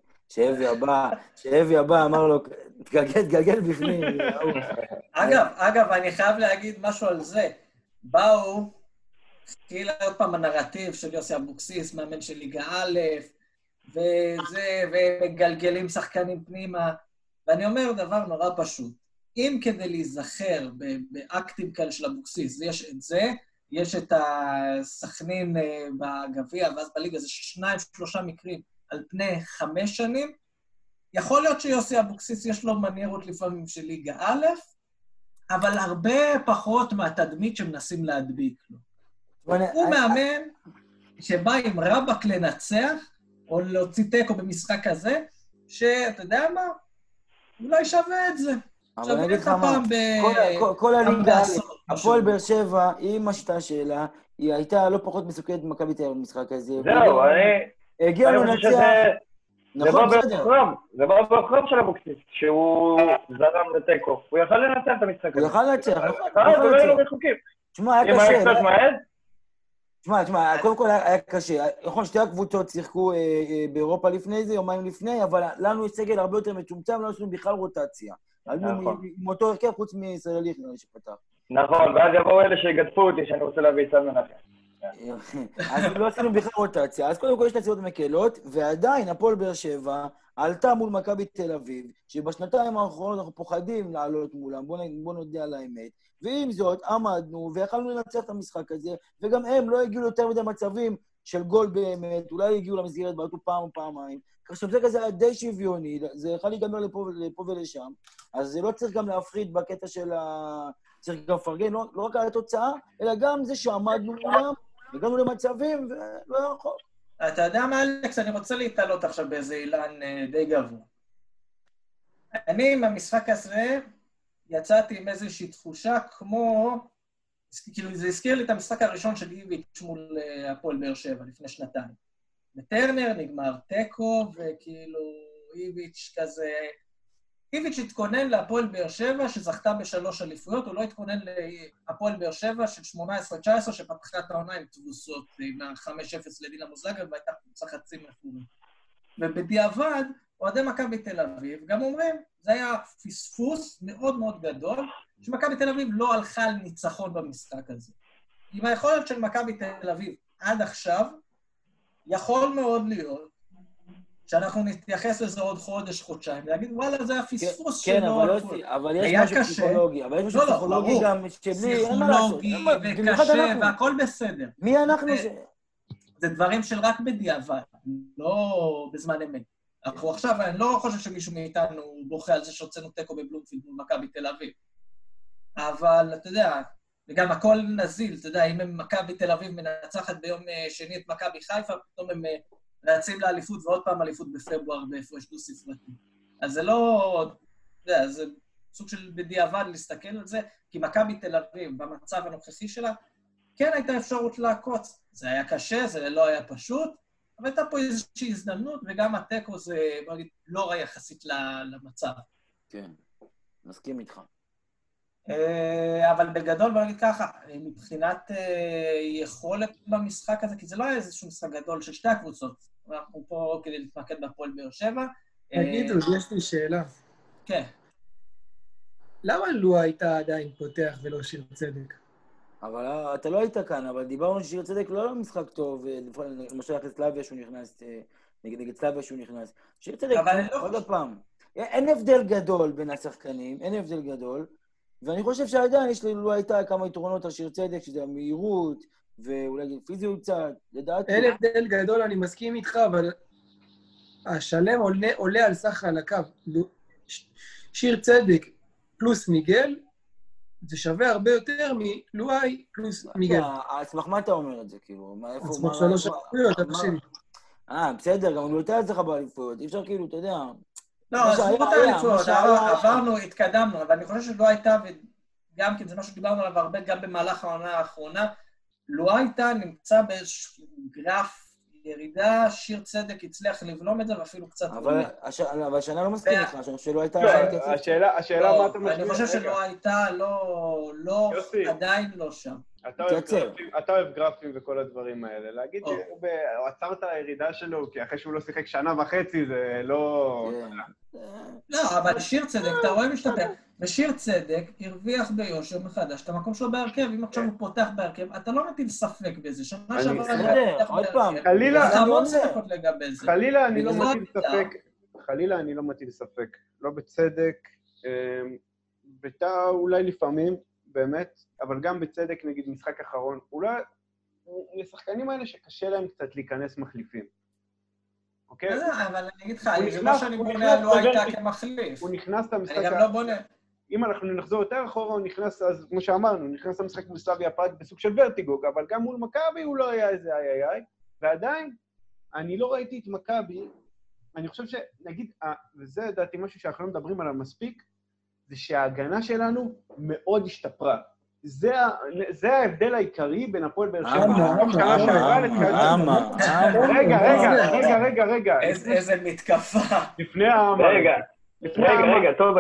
שאבי הבא אמר לו, תגלגל בפנים. אגב, אני חייב להגיד משהו על זה. באו, התחילה עוד פעם הנרטיב של יוסי אבוקסיס, מאמן של ליגה א', ומגלגלים שחקנים פנימה, ואני אומר דבר נורא פשוט. אם כדי להיזכר באקטים כאלה של אבוקסיס, יש את זה, יש את הסכנין בגביע, ואז בליגה זה 2-3 מקרים על פני 5 שנים, יכול להיות שיוסי אבוקסיס יש לו מניירות לפעמים של ליגה א', אבל הרבה פחות מהתדמית שמנסים להדביק לו. הוא מאמן שבא עם רבק לנצח, או להוציא תיקו במשחק כזה, שאתה יודע מה? אולי שווה את זה. אבל אני אגיד לך מה, כל הליגה, הפועל באר שבע, היא משתה שאלה, היא הייתה לא פחות מסוכנת במכבי תל אביב במשחק הזה. זהו, הגיע לו לנצח. נכון, בסדר. זה בא באחרום של אבוקסיס, שהוא זרם לתיקו. הוא יכל לנצח את המשחק הזה. הוא יכל לנצח, נכון. זה לא משחקים. תשמע, היה קשה. אם היה קצת מעד? תשמע, קודם כל היה קשה. נכון, שתי הקבוצות שיחקו באירופה לפני זה, יומיים לפני, אבל לנו יש סגל הרבה יותר מצומצם, לא עשינו בכלל רוטציה. עלינו עם אותו הרכב חוץ מישראלי, נראה לי שפתח. נכון, ואז יבואו אלה שיגדפו אותי, שאני רוצה להביא צד מנחם. אז לא עשינו בכלל רוטציה. אז קודם כל יש נציאות מקלות, ועדיין הפועל באר שבע עלתה מול מכבי תל אביב, שבשנתיים האחרונות אנחנו פוחדים לעלות מולם, בוא נודע על האמת. ועם זאת, עמדנו ויכלנו לנצח את המשחק הזה, וגם הם לא הגיעו יותר מדי מצבים של גול באמת, אולי הגיעו למסגרת בעטו פעם או פעמיים. עכשיו זה כזה היה די שוויוני, זה יכול להיגמר לפה ולשם, אז זה לא צריך גם להפריד בקטע של צריך גם לפרגן, לא רק על התוצאה, אלא גם זה שעמדנו מולם, הגענו למצבים ולא היה רחוק. אתה יודע מה, אלכס? אני רוצה להתעלות עכשיו באיזה אילן די גבוה. אני עם המשחק הזה, יצאתי עם איזושהי תחושה כמו, כאילו זה הזכיר לי את המשחק הראשון של איביץ' מול הפועל באר שבע לפני שנתיים. בטרנר נגמר טקו, וכאילו איביץ' כזה... איביץ' התכונן להפועל באר שבע שזכתה ב3 אליפויות, הוא לא התכונן להפועל באר שבע של 18-19 שפתחה את העונה עם תבוסות, עם ה-5-0 לדינמו זאגרב, והייתה קבוצה חצי מכורים. ובדיעבד, אוהדי מכבי תל אביב גם אומרים, זה היה פספוס מאוד מאוד גדול, שמכבי תל אביב לא הלכה על ניצחון במשחק הזה. עם היכולת של מכבי תל אביב עד עכשיו, יכול מאוד להיות שאנחנו נתייחס לזה עוד חודש, חודשיים, ולהגיד, וואלה, זה הפספוס שלו. כן, אבל יש משהו פסיכולוגי. אבל יש משהו פסיכולוגי גם, פסיכולוגי וקשה, והכל בסדר. מי אנחנו? זה דברים של רק בדיעבד, לא בזמן אמת. אנחנו עכשיו, אני לא חושב שמישהו מאיתנו בוכה על זה שהוצאנו טקו בבלומפילד מול מכבי תל אביב. אבל, אתה יודע, וגם הכל נזיל, אתה יודע, אם מכבי תל אביב מנצחת ביום שני את מכבי חיפה, פתאום הם רצים לאליפות ועוד פעם אליפות בפברואר בהפרש דו-ספרתי. אז זה לא, אתה יודע, זה סוג של בדיעבד להסתכל על זה, כי מכבי תל אביב, במצב הנוכחי שלה, כן הייתה אפשרות לעקוץ. זה היה קשה, זה לא היה פשוט, אבל הייתה פה איזושהי הזדמנות, וגם הטקו זה, בוא נגיד, לא רע יחסית למצב. כן, מסכים איתך. אבל בגדול, בוא נגיד ככה, מבחינת יכולת במשחק הזה, כי זה לא היה איזשהו משחק גדול של שתי הקבוצות, אנחנו פה כדי להתמקד בהפועל באר שבע. תגידו, יש לי שאלה. כן. למה לא הייתה עדיין פותח ולא שיר צדק? אבל אתה לא היית כאן, אבל דיברנו ששיר צדק לא היה משחק טוב, למשל אחרי סלאביה שהוא נכנס, נגד סלאביה שהוא נכנס. שיר צדק, עוד הפעם. אין הבדל גדול בין השחקנים, אין הבדל גדול, ואני חושב שעדיין יש לו הייתה כמה יתרונות על שיר צדק, שזה המהירות, ואולי פיזיות קצת, לדעתי. אין הבדל גדול, אני מסכים איתך, אבל השלם עולה על סך חלקיו. שיר צדק פלוס מיגל, זה שווה הרבה יותר מלואי פלוס מיגל. על סמך מה אתה אומר את זה, כאילו? על סמך 3 אליפויות, תקשיב. בסדר, גם הוא לא הייתה אצלך באליפויות, אי אפשר כאילו, אתה יודע... לא, עזבו את האליפויות, עברנו, התקדמנו, אבל אני חושב שלא הייתה, וגם כי זה מה שדיברנו עליו הרבה, גם במהלך העונה האחרונה, לא הייתה נמצא באיזשהו גרף ירידה, שיר צדק הצליח לבלום את זה, ואפילו קצת... אבל השנה לא מסכים לך, שלא הייתה... השאלה מה אתה משמע... אני חושב שלא הייתה, לא, עדיין לא שם. אתה אוהב גרפים וכל הדברים האלה. להגיד שהוא עצר את הירידה שלו, כי אחרי שהוא לא שיחק 1.5 שנה, זה לא... לא, אבל שיר צדק, אתה רואה משתפר. ושיר צדק הרוויח ביושר מחדש את המקום שלו בהרכב. אם עכשיו הוא פותח בהרכב, אתה לא מטיל ספק בזה. שנה שעברה עוד פעם. חלילה אני לא מטיל ספק. לא בצדק, ואתה אולי לפעמים, באמת, אבל גם בצדק, נגיד משחק אחרון, אולי לשחקנים האלה שקשה להם קצת להיכנס מחליפים. אוקיי? אבל אני אגיד לך, זה מה שאני בונה לא הייתה כמחליף. הוא נכנס את המשחק... אני גם לא בונה. אם אנחנו נחזור יותר אחורה, הוא נכנס, אז כמו שאמרנו, הוא נכנס למשחק מול סלאביה פראג בסוג של ורטיגו, אבל גם מול מכבי הוא לא היה איזה איי, ועדיין, אני לא ראיתי את מכבי, אני חושב שנגיד, וזה דעתי משהו שאנחנו לא מדברים עליו מספיק, זה שההגנה שלנו מאוד השתפרה. זה ההבדל העיקרי בין הפועל באר שבע. רגע. איזה מתקפה. לפני האמה. רגע, טוב.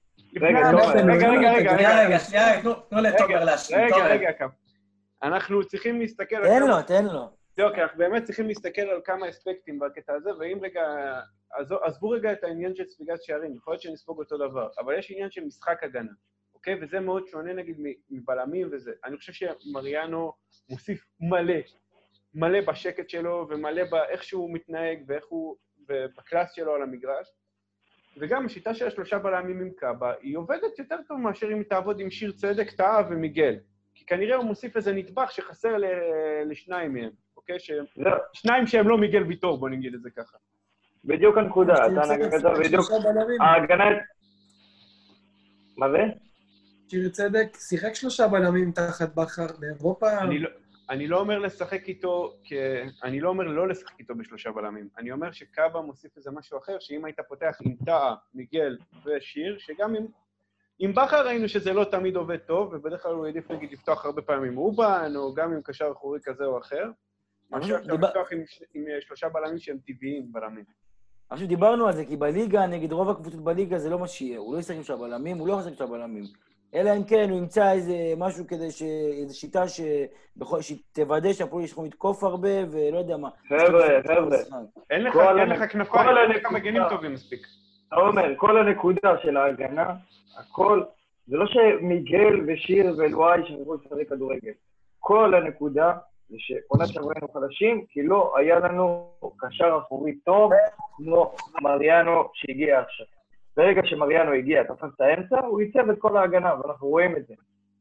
שנייה, תנו לתומר להשלים. רגע. אנחנו צריכים להסתכל... תן לו. אוקיי, אנחנו באמת צריכים להסתכל על כמה אספקטים בקטע הזה, ואם רגע... עזבו רגע את העניין של ספיגת שערים, יכול להיות שנספוג אותו דבר, אבל יש עניין של משחק הגנה, אוקיי? וזה מאוד שונה נגיד מבלמים וזה. אני חושב שמריאנו מוסיף מלא בשקט שלו, ומלא באיך שהוא מתנהג, ואיך הוא, בקלאס שלו על המגרש. וגם השיטה של 3 בלמים עם קאבה, היא עובדת יותר טוב מאשר אם היא תעבוד עם שיר צדק, טאה ומיגל. כי כנראה הוא מוסיף איזה נטבח שחסר לשניים מהם, אוקיי? שניים שהם לא מיגל ויטור, בוא נגיד את זה ככה. בדיוק הנקודה, אתה נגד בדיוק, ההגנה... מה זה? שיר צדק שיחק 3 בלמים תחת בכר באירופה. אני לא אומר לשחק איתו, אני לא אומר לא לשחק איתו ב3 בלמים, אני אומר שקאבה מוסיף איזה משהו אחר, שאם היית פותח עם טאה, מיגל ושיר, שגם אם עם בכר ראינו שזה לא תמיד עובד טוב, ובדרך כלל הוא העדיף נגיד לפתוח הרבה פעמים עם אובן, או גם עם קשר אחורי כזה או אחר. עכשיו לפתוח עם 3 בלמים שהם טבעיים בלמים. עכשיו דיברנו על זה, כי בליגה, נגד רוב הקבוצות בליגה, זה לא מה שיהיה. הוא לא ישחק עם 3 בלמים, הוא לא ישחק עם 3 בלמים. אלא אם כן, הוא ימצא איזה משהו כדי איזו שיטה שתוודא שהפועל יכולים לתקוף הרבה, ולא יודע מה. חבר'ה. אין לך כנפיים, אין לך מגנים טובים מספיק. אומר, כל הנקודה של ההגנה, הכל, זה לא שמיגל ושיר ולואי שחררו לשחק כדורגל. כל הנקודה זה שעונת שעברה היינו חלשים, כי לא היה לנו קשר אחורי טוב, כמו מריאנו שהגיע עכשיו. ברגע שמריאנו הגיע, תפס את האמצע, הוא ייצב את כל ההגנה, ואנחנו רואים את זה.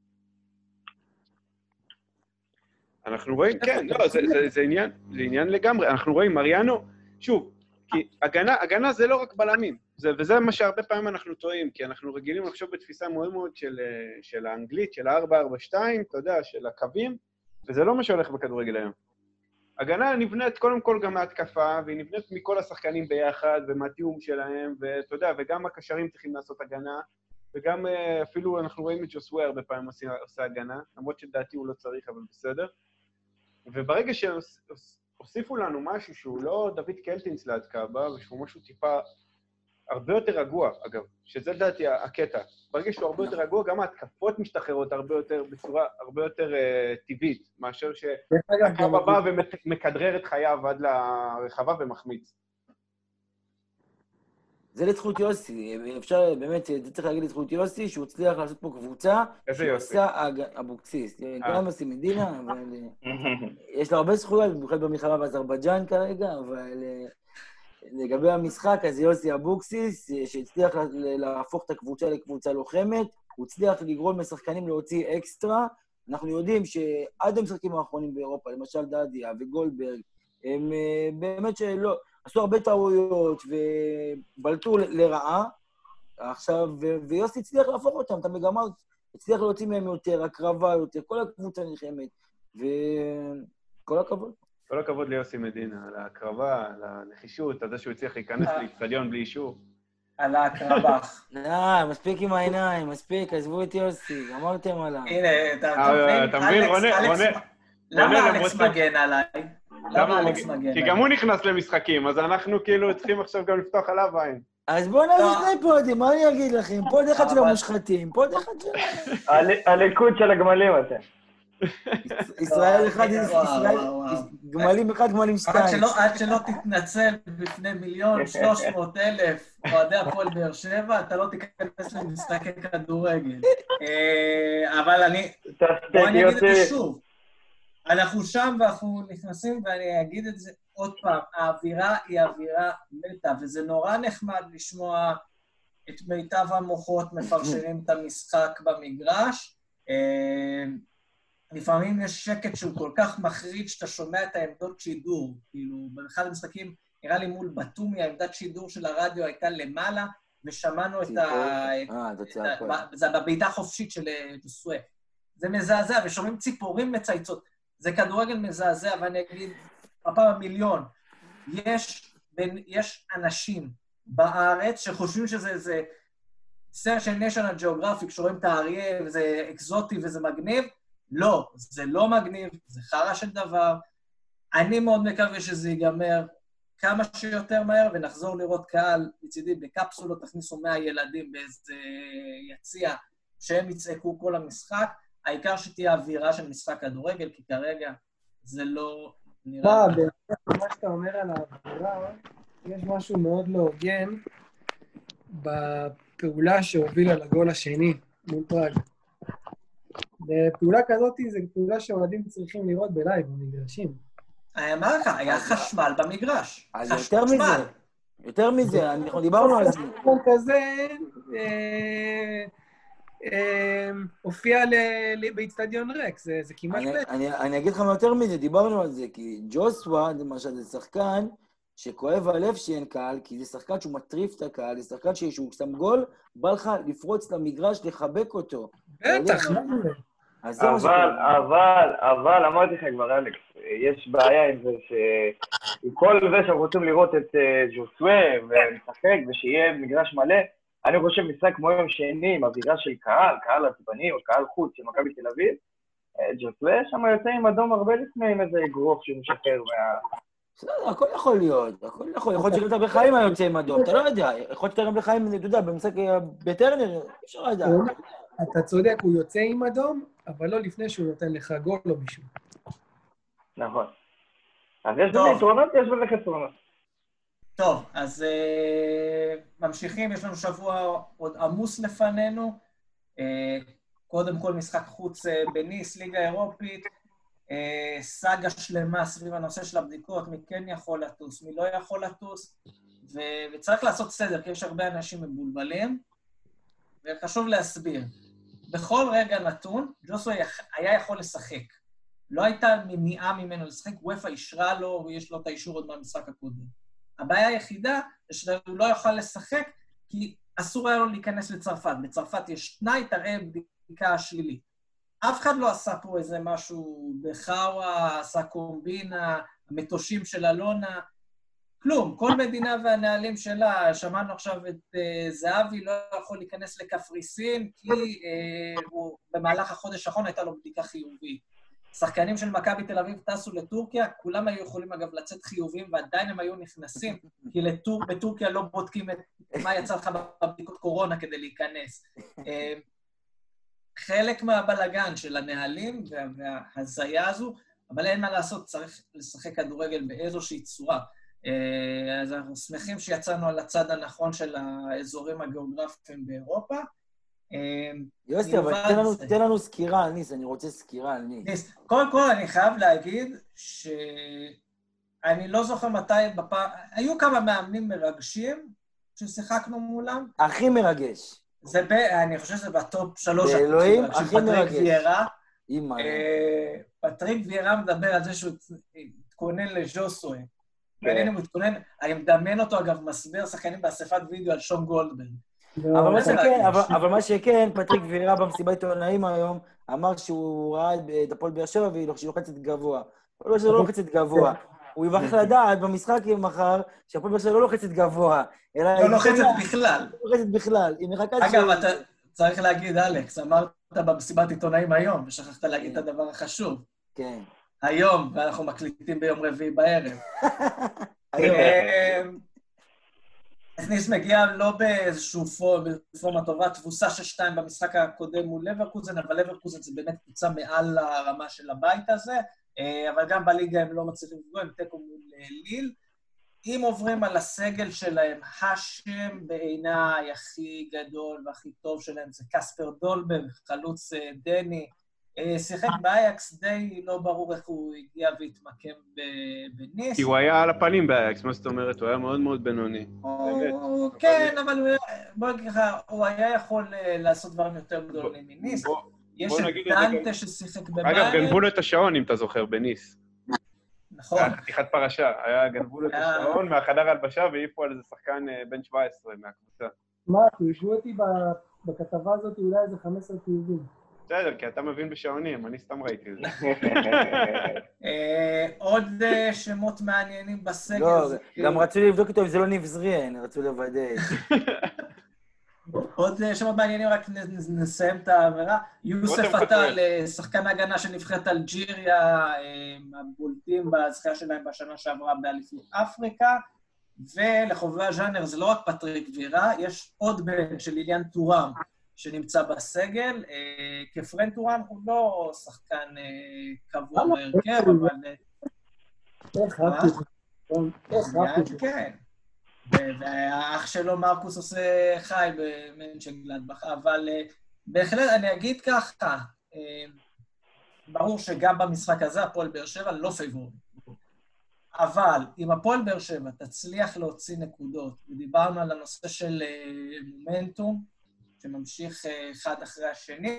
אנחנו רואים, כן, לא, זה עניין לגמרי. אנחנו רואים, מריאנו, שוב, כי הגנה זה לא רק בלמים, וזה מה שהרבה פעמים אנחנו טועים, כי אנחנו רגילים לחשוב בתפיסה מאוד מאוד של האנגלית, של ה-4-4-2, אתה יודע, של הקווים, וזה לא מה שהולך בכדורגל היום. הגנה נבנית קודם כל גם מהתקפה, והיא נבנית מכל השחקנים ביחד, ומהתיאום שלהם, ואתה יודע, וגם הקשרים צריכים לעשות הגנה, וגם אפילו אנחנו רואים את ג'וסווה הרבה פעמים עושה הגנה, למרות שלדעתי הוא לא צריך, אבל בסדר. וברגע שהוסיפו לנו משהו שהוא לא דוד קלטינס להדקה, ושהוא משהו טיפה הרבה יותר רגוע, אגב, שזה לדעתי הקטע. ברגע שהוא הרבה יותר רגוע, גם ההתקפות משתחררות הרבה יותר, בצורה הרבה יותר טבעית, מאשר שהקו הבא ומכדרר את חייו עד לרחבה ומחמיץ. זה לזכות יוסי, אפשר באמת, זה צריך להגיד לזכות יוסי, שהוא הצליח לעשות פה קבוצה, איזה יוסי? שעושה אבוקסיס, גם יוסי מדינה, אבל יש לו הרבה זכויות, במיוחד במלחמה באזרבייג'אן כרגע, אבל לגבי המשחק, אז יוסי אבוקסיס, שהצליח להפוך את הקבוצה לקבוצה לוחמת, הוא הצליח לגרום לשחקנים להוציא אקסטרה, אנחנו יודעים שעד המשחקים האחרונים באירופה, למשל דדיה וגולדברג, הם באמת שלא, עשו הרבה טעויות ובלטו לרעה, עכשיו, ויוסי הצליח להפוך אותם, את המגמה, הצליח להוציא מהם יותר, הקרבה יותר, כל הקבוצה נלחמת, וכל הכבוד. כל הכבוד ליוסי מדינה, על ההקרבה, על הנחישות, על זה שהוא הצליח להיכנס לאצטדיון בלי אישור. על ההקרבה. מספיק עם העיניים, מספיק, עזבו את יוסי, אמרתם עליו. הנה, אתה מבין, רונן... למה אלכס מגן עליי? כי גם הוא נכנס למשחקים, אז אנחנו כאילו צריכים עכשיו גם לפתוח עליו עין. אז בואו נעזור שני פודים, מה אני אגיד לכם? פוד אחד של המושחתים, פוד אחד של... הליכוד של הגמלים הזה. ישראל אחד, גמלים אחד, גמלים שתיים. עד שלא תתנצל בפני 1,300,000 אוהדי הפועל באר שבע, אתה לא תיכנס למשחקי כדורגל. אבל בוא אני אגיד את זה שוב. אנחנו שם ואנחנו נכנסים, ואני אגיד את זה עוד פעם, האווירה היא אווירה מתה, וזה נורא נחמד לשמוע את מיטב המוחות מפרשרים את המשחק במגרש. לפעמים יש שקט שהוא כל כך מחריד שאתה שומע את העמדות שידור. כאילו, באחד המשחקים, נראה לי מול בטומי, העמדת שידור של הרדיו הייתה למעלה, ושמענו את זה בביתה חופשית של ג'וסווה. זה מזעזע, ושומעים ציפורים מצייצות. זה כדורגל מזעזע, ואני אגיד, בפעם המיליון, יש אנשים בארץ שחושבים שזה סרט של National Geographic, שרואים את האריה, וזה אקזוטי וזה מגניב. לא, זה לא מגניב, זה חרא של דבר. אני מאוד מקווה שזה ייגמר כמה שיותר מהר, ונחזור לראות קהל מצידי בקפסולות, תכניסו 100 ילדים באיזה יציע, שהם יצעקו כל המשחק. העיקר שתהיה אווירה של משחק כדורגל, כי כרגע זה לא נראה... מה שאתה אומר על האווירה, יש משהו מאוד לא הוגן בפעולה שהובילה לגול השני מול פראג. בפעולה כזאת, זו פעולה שאוהדים צריכים לראות בלייב במגרשים. אמר לך, היה חשמל במגרש. אז יותר מזה, אנחנו דיברנו על זה. כזה... הופיע באצטדיון ריק, זה כמעט... אני אגיד לך יותר מזה, דיברנו על זה, כי ג'וסווה, למשל, זה שחקן שכואב הלב שאין קהל, כי זה שחקן שהוא מטריף את הקהל, זה שחקן שהוא שם גול, בא לך לפרוץ למגרש, לחבק אותו. בטח, אבל, אמרתי לך כבר, אלכס, יש בעיה עם זה עם כל זה שאנחנו רוצים לראות את ג'וסווה ומשחק, ושיהיה מגרש מלא, אני חושב משחק כמו יום שני, עם אווירה של קהל עצבני או קהל חוץ של מכבי תל אביב, ג'וסווה שם יוצא עם אדום הרבה לפני עם איזה אגרוף שמשחרר בסדר, הכל יכול להיות, הכל יכול להיות. יכול להיות שגם בחיים היה יוצא עם אדום, אתה לא יודע. יכול להיות שגם בחיים, אתה יודע, במשחק בטרנר, אפשר לדעת. אתה צודק, הוא יוצא עם אדום, אבל לא לפני שהוא נותן לך גול או מישהו. נכון. אז יש בזה יתרונות, יש בזה חסרונות. טוב, אז ממשיכים, יש לנו שבוע עוד עמוס לפנינו. קודם כל משחק חוץ בניס, ליגה אירופית, סאגה שלמה סביב הנושא של הבדיקות, מי כן יכול לטוס, מי לא יכול לטוס, וצריך לעשות סדר, כי יש הרבה אנשים מבולבלים, וחשוב להסביר. בכל רגע נתון, ג'וסווה היה יכול לשחק. לא הייתה מניעה ממנו לשחק, וופא אישרה לו, ויש לו את האישור עוד מהמשחק הקודם. הבעיה היחידה, זה שהוא לא יוכל לשחק, כי אסור היה לו להיכנס לצרפת. בצרפת יש תנאי, תראה בדיקה שלילית. אף אחד לא עשה פה איזה משהו בחאווה, עשה קומבינה, המטושים של אלונה, כלום. כל מדינה והנהלים שלה, שמענו עכשיו את זהבי, לא יכול להיכנס לקפריסין, כי הוא במהלך החודש האחרון הייתה לו בדיקה חיובית. שחקנים של מכבי תל אביב טסו לטורקיה, כולם היו יכולים אגב לצאת חיובים, ועדיין הם היו נכנסים, כי בטורקיה לא בודקים את מה יצא לך בבדיקות קורונה כדי להיכנס. חלק מהבלגן של הנהלים וההזיה הזו, אבל אין מה לעשות, צריך לשחק כדורגל באיזושהי צורה. אז אנחנו שמחים שיצאנו על הצד הנכון של האזורים הגיאוגרפיים באירופה. יוסי, אבל תן לנו סקירה על ניס, אני רוצה סקירה על ניס. קודם כל אני חייב להגיד שאני לא זוכר מתי בפעם, היו כמה מאמנים מרגשים ששיחקנו מולם. הכי מרגש. אני חושב שזה בטופ 3. באלוהים, הכי מרגש. פטריק ויארה מדבר על זה שהוא התכונן לז'וסווה. מעניין אם הוא התכונן, אני מדמיין אותו אגב מסביר שחקנים באספת וידאו על שון גולדברג. אבל מה שכן, פטריק ויארה במסיבת עיתונאים היום, אמר שהוא ראה את הפועל באר שבע והיא לוחצת גבוה. לא שזה לא לוחצת גבוה. הוא יבחר לדעת במשחק מחר שהפועל באר שבע לא לוחצת גבוה. לא לוחצת בכלל. לא לוחצת בכלל. אגב, אתה צריך להגיד, אלכס, אמרת במסיבת עיתונאים היום, ושכחת להגיד את הדבר החשוב. כן. היום, ואנחנו מקליטים ביום רביעי בערב. ניס מגיע לא באיזשהו פורמה טובה, תבוסה 6-2 במשחק הקודם מול לברקוזן, אבל לברקוזן זה באמת קבוצה מעל הרמה של הבית הזה, אבל גם בליגה הם לא מצליחים לפגוע, הם תיקו מול ליל. אם עוברים על הסגל שלהם, השם בעיניי הכי גדול והכי טוב שלהם זה קספר דולברג, חלוץ דני, שיחק באייקס, די לא ברור איך הוא הגיע והתמקם בניס. כי הוא היה על הפנים באייקס, מה זאת אומרת? הוא היה מאוד מאוד בינוני. כן, אבל בוא נגיד לך, הוא היה יכול לעשות דברים יותר גדולים מניס. יש את דנטה ששיחק בביירן. אגב, גנבו לו את השעון, אם אתה זוכר, בניס. נכון. היה חתיכת פרשה, גנבו לו את השעון מהחדר הלבשה והעיפו על איזה שחקן בן 17 מהקבוצה. מה, תרשו אותי בכתבה הזאת אולי איזה 15 חיובים. בסדר, כי אתה מבין בשעונים, אני סתם ראיתי את זה. עוד שמות מעניינים בסגל. לא, גם רצו לבדוק איתו אם זה לא נבזריאן, רצו לוודא. עוד שמות מעניינים, רק נסיים את העבירה. יוסף עטל, שחקן הגנה שנבחרת אלג'יריה, הבולטים בזכייה שלהם בשנה שעברה באליפות אפריקה, ולחובבי הז'אנר זה לא רק פטריק ויארה, יש עוד בן של ליליאן טורם, שנמצא בסגל, כפרן טורם הוא לא שחקן קבוע בהרכב, אבל... איך רפי? כן. והאח שלו מרקוס עושה חי במנצ'נגלדבך, אבל בהחלט אני אגיד ככה, ברור שגם במשחק הזה הפועל באר שבע לא פייבוריט. אבל אם הפועל באר שבע תצליח להוציא נקודות, ודיברנו על הנושא של מומנטום, שממשיך אחד אחרי השני,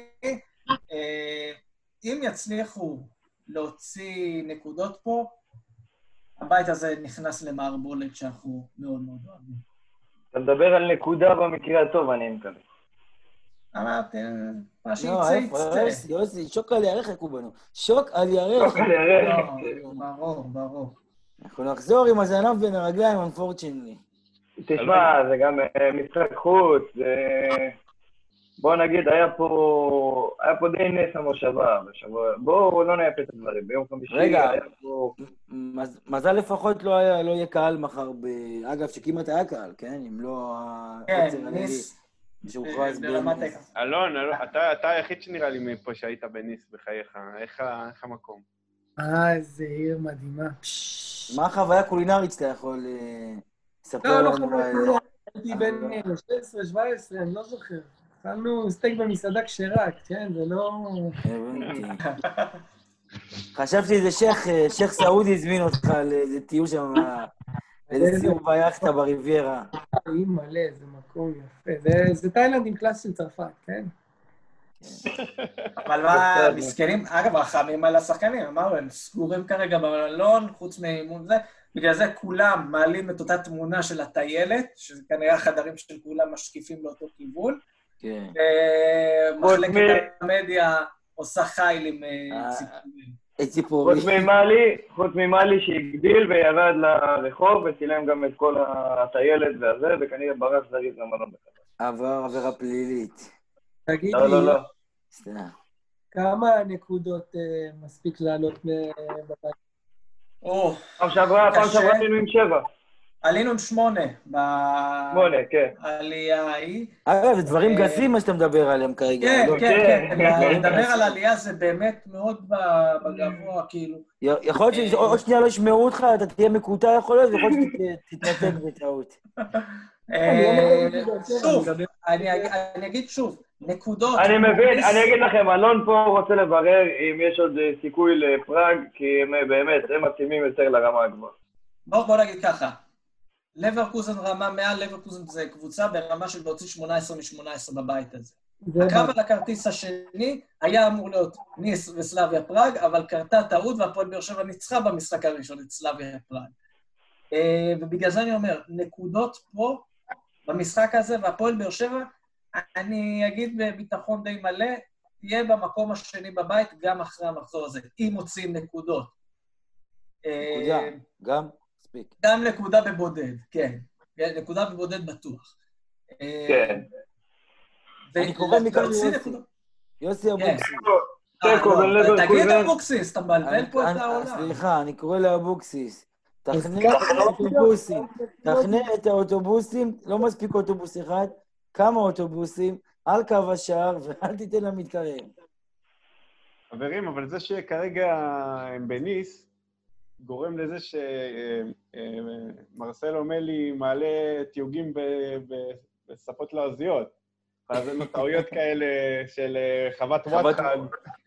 אם יצליחו להוציא נקודות פה, הבית הזה נכנס למערבולת שאנחנו מאוד מאוד אוהבים. אתה מדבר על נקודה במקרה הטוב, אני מקווה. אמרתי, מה שיצא. יוסי, שוק על ירח יקו בנו. שוק על ירח. ברור. אנחנו נחזור עם הזנב בין הרגליים, unfortunately. תשמע, זה גם משחק חוץ, בוא נגיד, היה פה די נס המושבה, בואו לא נייפה את הדברים, ביום חמישי רגע, היה פה... מזל לפחות לא יהיה קהל מחר, אגב, שכמעט היה קהל, כן? אם לא כן, ניס שהוכרז ברמת בניס. אלון, אתה היחיד שנראה לי מפה שהיית בניס בחייך, איך המקום? איזה עיר מדהימה. מה החוויה קולינרית שאתה יכול לספר לא לנו? חוויה קולינרית, הייתי בין 16-17, אני לא זוכר. אכלנו סטייק במסעדה כשרה, כן? זה לא... הבנתי. חשבתי איזה שייך סעודי הזמין אותך לאיזה טיול שם, לאיזה סיור ביאכטה בריביירה. מלא, זה מקום יפה. זה תאילנד עם קלאס של צרפת, כן? אבל מה, מסכנים, אגב, רחמים על השחקנים, אמרנו, הם סגורים כרגע במלון, חוץ מאימון זה, בגלל זה כולם מעלים את אותה תמונה של הטיילת, שזה כנראה החדרים של כולם משקיפים לאותו כיוון, ומחלקת המדיה עושה חייל עם ציפורים. חוץ ממאלי שהגדיל וירד לרחוב, וצילם גם את כל הטיילת והזה, וכנראה ברח זריז למלון בכלל. עבירה פלילית. תגיד לי, לא. כמה נקודות מספיק לעלות בבית? פעם שעברה עלינו עם 7. עלינו עם 8 כן. בעלייה ההיא. אגב, זה דברים גסים מה שאתה מדבר עליהם כרגע. כן. לדבר על עלייה זה באמת מאוד בגבוה, כאילו. יכול להיות שעוד שנייה לא ישמעו אותך, אתה תהיה מקוטע יכול להיות, ויכול להיות שתתנתק בטעות. שוב, אני אגיד שוב, נקודות... אני מבין, אני אגיד לכם, אלון פה רוצה לברר אם יש עוד סיכוי לפראג, כי באמת, הם מתאימים יותר לרמה הגבוהה. בוא נגיד ככה, לברקוזן רמה מעל, לברקוזן זה קבוצה ברמה של להוציא 18 מ-18 בבית הזה. הקרב על הכרטיס השני היה אמור להיות ניס וסלאביה פראג, אבל קרתה טעות והפועל באר שבע ניצחה במשחק הראשון את סלאביה פראג. ובגלל זה אני אומר, נקודות פה במשחק הזה, והפועל באר שבע, אני אגיד בביטחון די מלא, תהיה במקום השני בבית גם אחרי המחזור הזה, אם מוצאים נקודות. נקודה, גם? ספיק. גם נקודה בבודד, כן. נקודה בבודד בטוח. כן. אני קורא מכאן יוסי אבוקסיס. תגיד אבוקסיס, אתה מבלבל פה את העולם. סליחה, אני קורא לאבוקסיס. תכנה את האוטובוסים, לא מספיק אוטובוס אחד, כמה אוטובוסים, על קו השער, ואל תיתן להם להתקרב. חברים, אבל זה שכרגע הם בניס, גורם לזה שמרסלו מלי מעלה תיוגים בשפות לעזיות. אז אין לו טעויות כאלה של חוות וואטחד.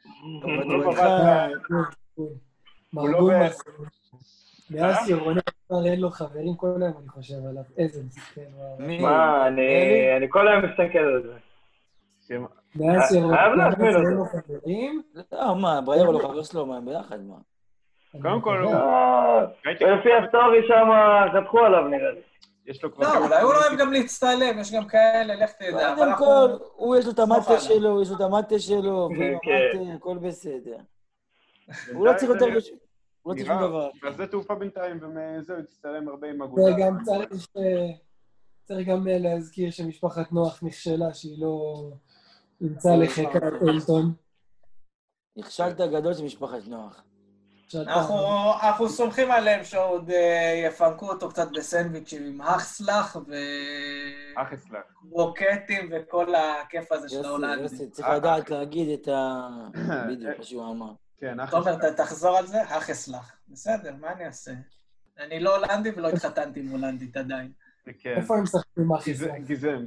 הוא לא מאז שרונן כבר אין לו חברים כל היום, אני חושב עליו. איזה מסכן. מה, אני כל היום מסתכל על זה. מאז שרונן כבר אין לו חברים. לא, מה, ברייר הוא לא חבר שלו, מה, הם ביחד, מה? קודם כל, לפי הסטורי שם חתכו עליו, נראה לי. לא, אולי הוא לא אוהב גם להצטלם, יש גם כאלה, לך תדע. קודם כל, הוא יש לו את המטה שלו, הכל בסדר. הוא לא צריך יותר... לא צריך דבר. אז זה תעופה בינתיים, וזהו, תצטלם הרבה עם הגולה. וגם צריך גם להזכיר שמשפחת נוח נכשלה, שהיא לא נמצא לחקר אלטון. נכשלת הגדול של משפחת נוח. אנחנו סומכים עליהם שעוד יפנקו אותו קצת בסנדוויצ'ים עם אכסלח ורוקטים וכל הכיף הזה של ההולנדים. יוסי, צריך לדעת להגיד את בדיוק מה שהוא אמר. תומר, תחזור על זה, אכסלח. בסדר, מה אני אעשה? אני לא הולנדי ולא התחתנתי עם הולנדית עדיין. איפה הם שחקים עם אכסלח? גזם.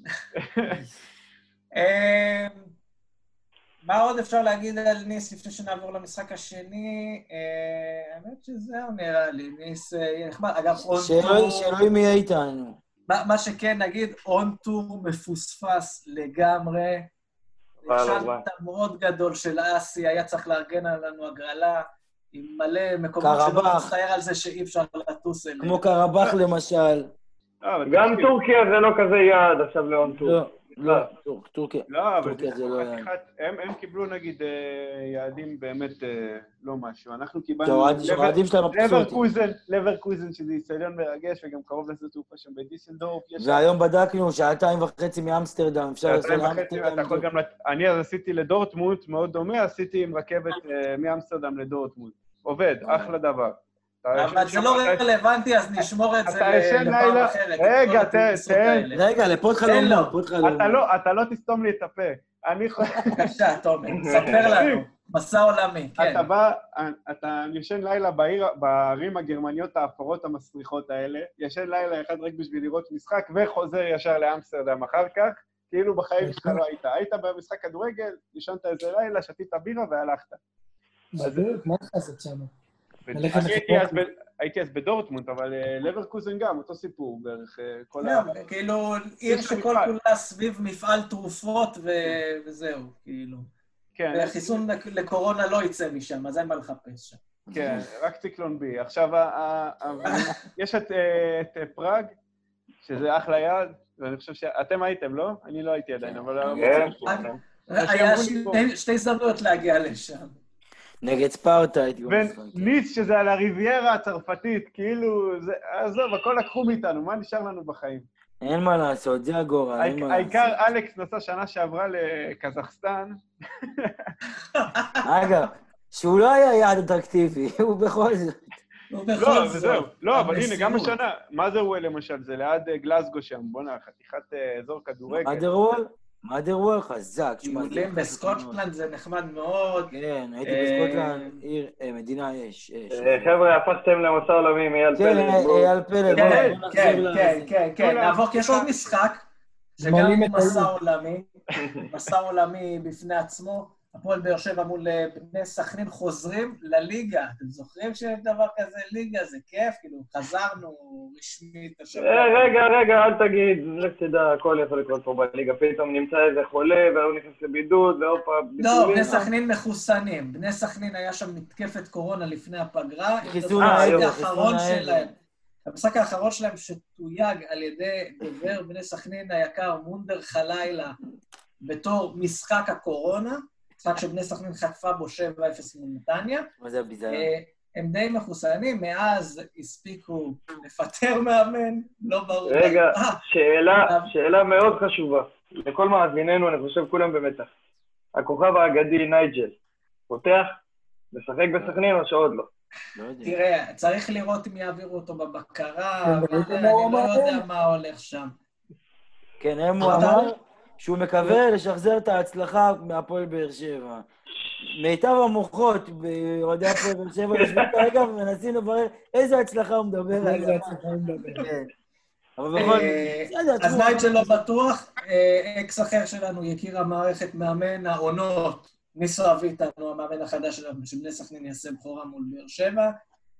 מה עוד אפשר להגיד על ניס לפני שנעבור למשחק השני? האמת שזהו נראה לי, ניס יהיה נחמד. אגב, שאלוהים יהיה איתנו. מה שכן נגיד, און טור מפוספס לגמרי. שאלת מאוד גדול של אסי, היה צריך לארגן עלינו הגרלה, עם מלא מקומות שלא מצטער על זה שאי אפשר לטוס אליהם. כמו קרבח למשל. גם טורקיה זה לא כזה יעד עכשיו לאון טור. לא, טורקיה. לא, אבל טורקיה זה לא היה. הם קיבלו נגיד יעדים באמת לא משהו. אנחנו קיבלנו שהאוהדים שלהם מבסוטים. לברקוזן, שזה איצטדיון מרגש, וגם קרוב לשדה תעופה שם בדיסלדורף. והיום בדקנו 2.5 מאמסטרדם, אפשר לעשות לאמסטרדם. אני אז עשיתי לדורטמונד, מאוד דומה, עשיתי עם רכבת מאמסטרדם לדורטמונד. עובד, אחלה דבר. אבל זה לא רלוונטי, אז נשמור את זה לפעם אחרת. רגע, לפוד חלומות. אתה לא תסתום לי את הפה. בבקשה, תומר, ספר לנו. מסע עולמי, כן. אתה ישן לילה בערים הגרמניות האפורות המסריחות האלה, ישן לילה אחד רק בשביל לראות משחק, וחוזר ישר לאמסטרדם אחר כך, כאילו בחיים שלך לא היית. היית במשחק כדורגל, ישנת איזה לילה, שתית בירה והלכת. בדיוק, מה אתה עושה שם? הייתי אז בדורטמונד, אבל לברקוזן גם, אותו סיפור בערך. כאילו, עיר שכל כולה סביב מפעל תרופות וזהו, כאילו. וחיסון לקורונה לא יצא משם, אז אין מה לחפש שם. כן, רק ציקלון בי. עכשיו, יש את פראג, שזה אחלה יעד, ואני חושב שאתם הייתם, לא? אני לא הייתי עדיין, אבל... היה שתי הזדמנויות להגיע לשם. נגד ספרטה הייתי במשחק. וניס, שזה על הריביירה הצרפתית, כאילו, עזוב, הכל לקחו מאיתנו, מה נשאר לנו בחיים? אין מה לעשות, זה הגורל, אין מה לעשות. העיקר אלכס נסע שנה שעברה לקזחסטן. אגב, שהוא לא היה יעד אטרקטיבי, הוא בכל זאת. לא, וזהו. לא, אבל הנה, גם השנה, מה זה הוא למשל? זה ליד גלסגו שם, בוא'נה, חתיכת אזור כדורגל. מאדרוול חזק. טיולים בסקוטלנד זה נחמד מאוד. כן, הייתי בסקוטלנד, עיר, מדינה יש. חבר'ה, הפכתם למסע עולמי מאייל פלד. כן, אייל פלד. כן, נעבור, כי יש עוד משחק, שגם מסע עולמי בפני עצמו. הפועל באר שבע מול בני סכנין חוזרים לליגה. אתם זוכרים שיש דבר כזה ליגה? זה כיף, כאילו, חזרנו רשמית. רגע, אל תגיד, לך תדע, הכל יכול לקרות פה בליגה. פתאום נמצא איזה חולה, והוא נכנס לבידוד, ואופה... לא, בני סכנין מחוסנים. בני סכנין היה שם מתקפת קורונה לפני הפגרה. המשחק האחרון שלהם שתויג על ידי דובר בני סכנין היקר, מונדר חלילה, בתור משחק הקורונה. משחק שבני סכנין חטפה בו 7-0 מול נתניה. מה זה הביזיון? הם די מחוסנים, מאז הספיקו לפטר מאמן, לא ברור. רגע, שאלה מאוד חשובה. לכל מאזיננו, אני חושב כולם במתח. הכוכב האגדי נייג'ל, פותח, משחק בסכנין או שעוד לא? תראה, צריך לראות אם יעבירו אותו בבקרה, אני לא יודע מה הולך שם. כן, הם הוא אמר שהוא מקווה לשחזר את ההצלחה מהפועל באר שבע. מיטב המוחות באוהדי הפועל באר שבע יושבים כרגע ומנסים לברר איזה הצלחה הוא מדבר עליה. איזה הצלחה הוא מדבר. אבל בכל... אז נייג'ל לא בטוח, אקס אחר שלנו, יקיר המערכת מאמן העונות, ניסו אביטנו, המאמן החדש שלנו, שבני סכנין יעשה בכורה מול באר שבע.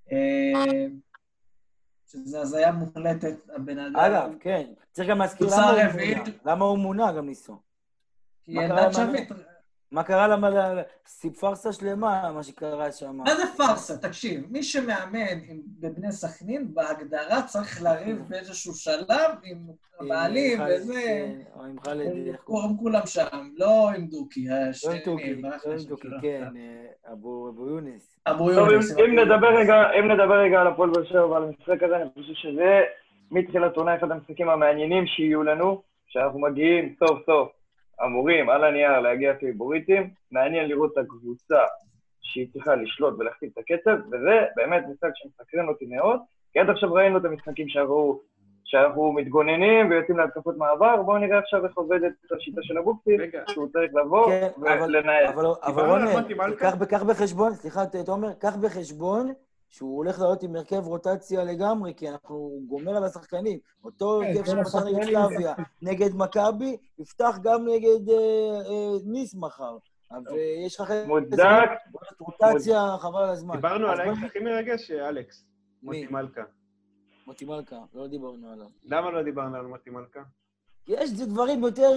שזה הזיה מוחלטת, הבן אדם. אגב, כן. צריך גם להזכיר למה הוא מונה, גם ניסו. כי ילדת שביט. מה קרה פרסה שלמה, מה שקרה שם? מה זה פרסה? תקשיב, מי שמאמן בבני סכנין, בהגדרה צריך לריב באיזשהו שלב עם הבעלים וזה. או עם חלד. הם כולם שם, לא עם דוקי, השני. לא עם דוקי, כן, אבו יונס. אם נדבר רגע על הפועל באר שבע ועל המשחק הזה, אני חושב שזה מתחילת עונה אחד המשחקים המעניינים שיהיו לנו, שאנחנו מגיעים סוף סוף. אמורים על הנייר להגיע פיבוריטים, מעניין לראות את הקבוצה שהיא צריכה לשלוט ולהכתיב את הקצב, וזה באמת משחק שמסקרן אותי מאוד, כי עד עכשיו ראינו את המשחקים שאנחנו מתגוננים ויוצאים להתקפות מעבר, בואו נראה עכשיו איך עובדת את השיטה של אבוקסיס, שהוא צריך לבוא ולנהל. אבל רונן, קח בחשבון, סליחה, תומר, קח בחשבון שהוא הולך לעלות עם הרכב רוטציה לגמרי, כי אנחנו גומר על השחקנים. אותו הרכב שפתח נגד סלאביה, נגד מכבי, יפתח גם נגד ניס מחר. ויש לך מודק. רוטציה, חבל על הזמן. דיברנו על האקס הכי מרגש, אלכס. מוטי מלכה. מוטי מלכה, לא דיברנו עליו. למה לא דיברנו על מוטי מלכה? יש דברים יותר...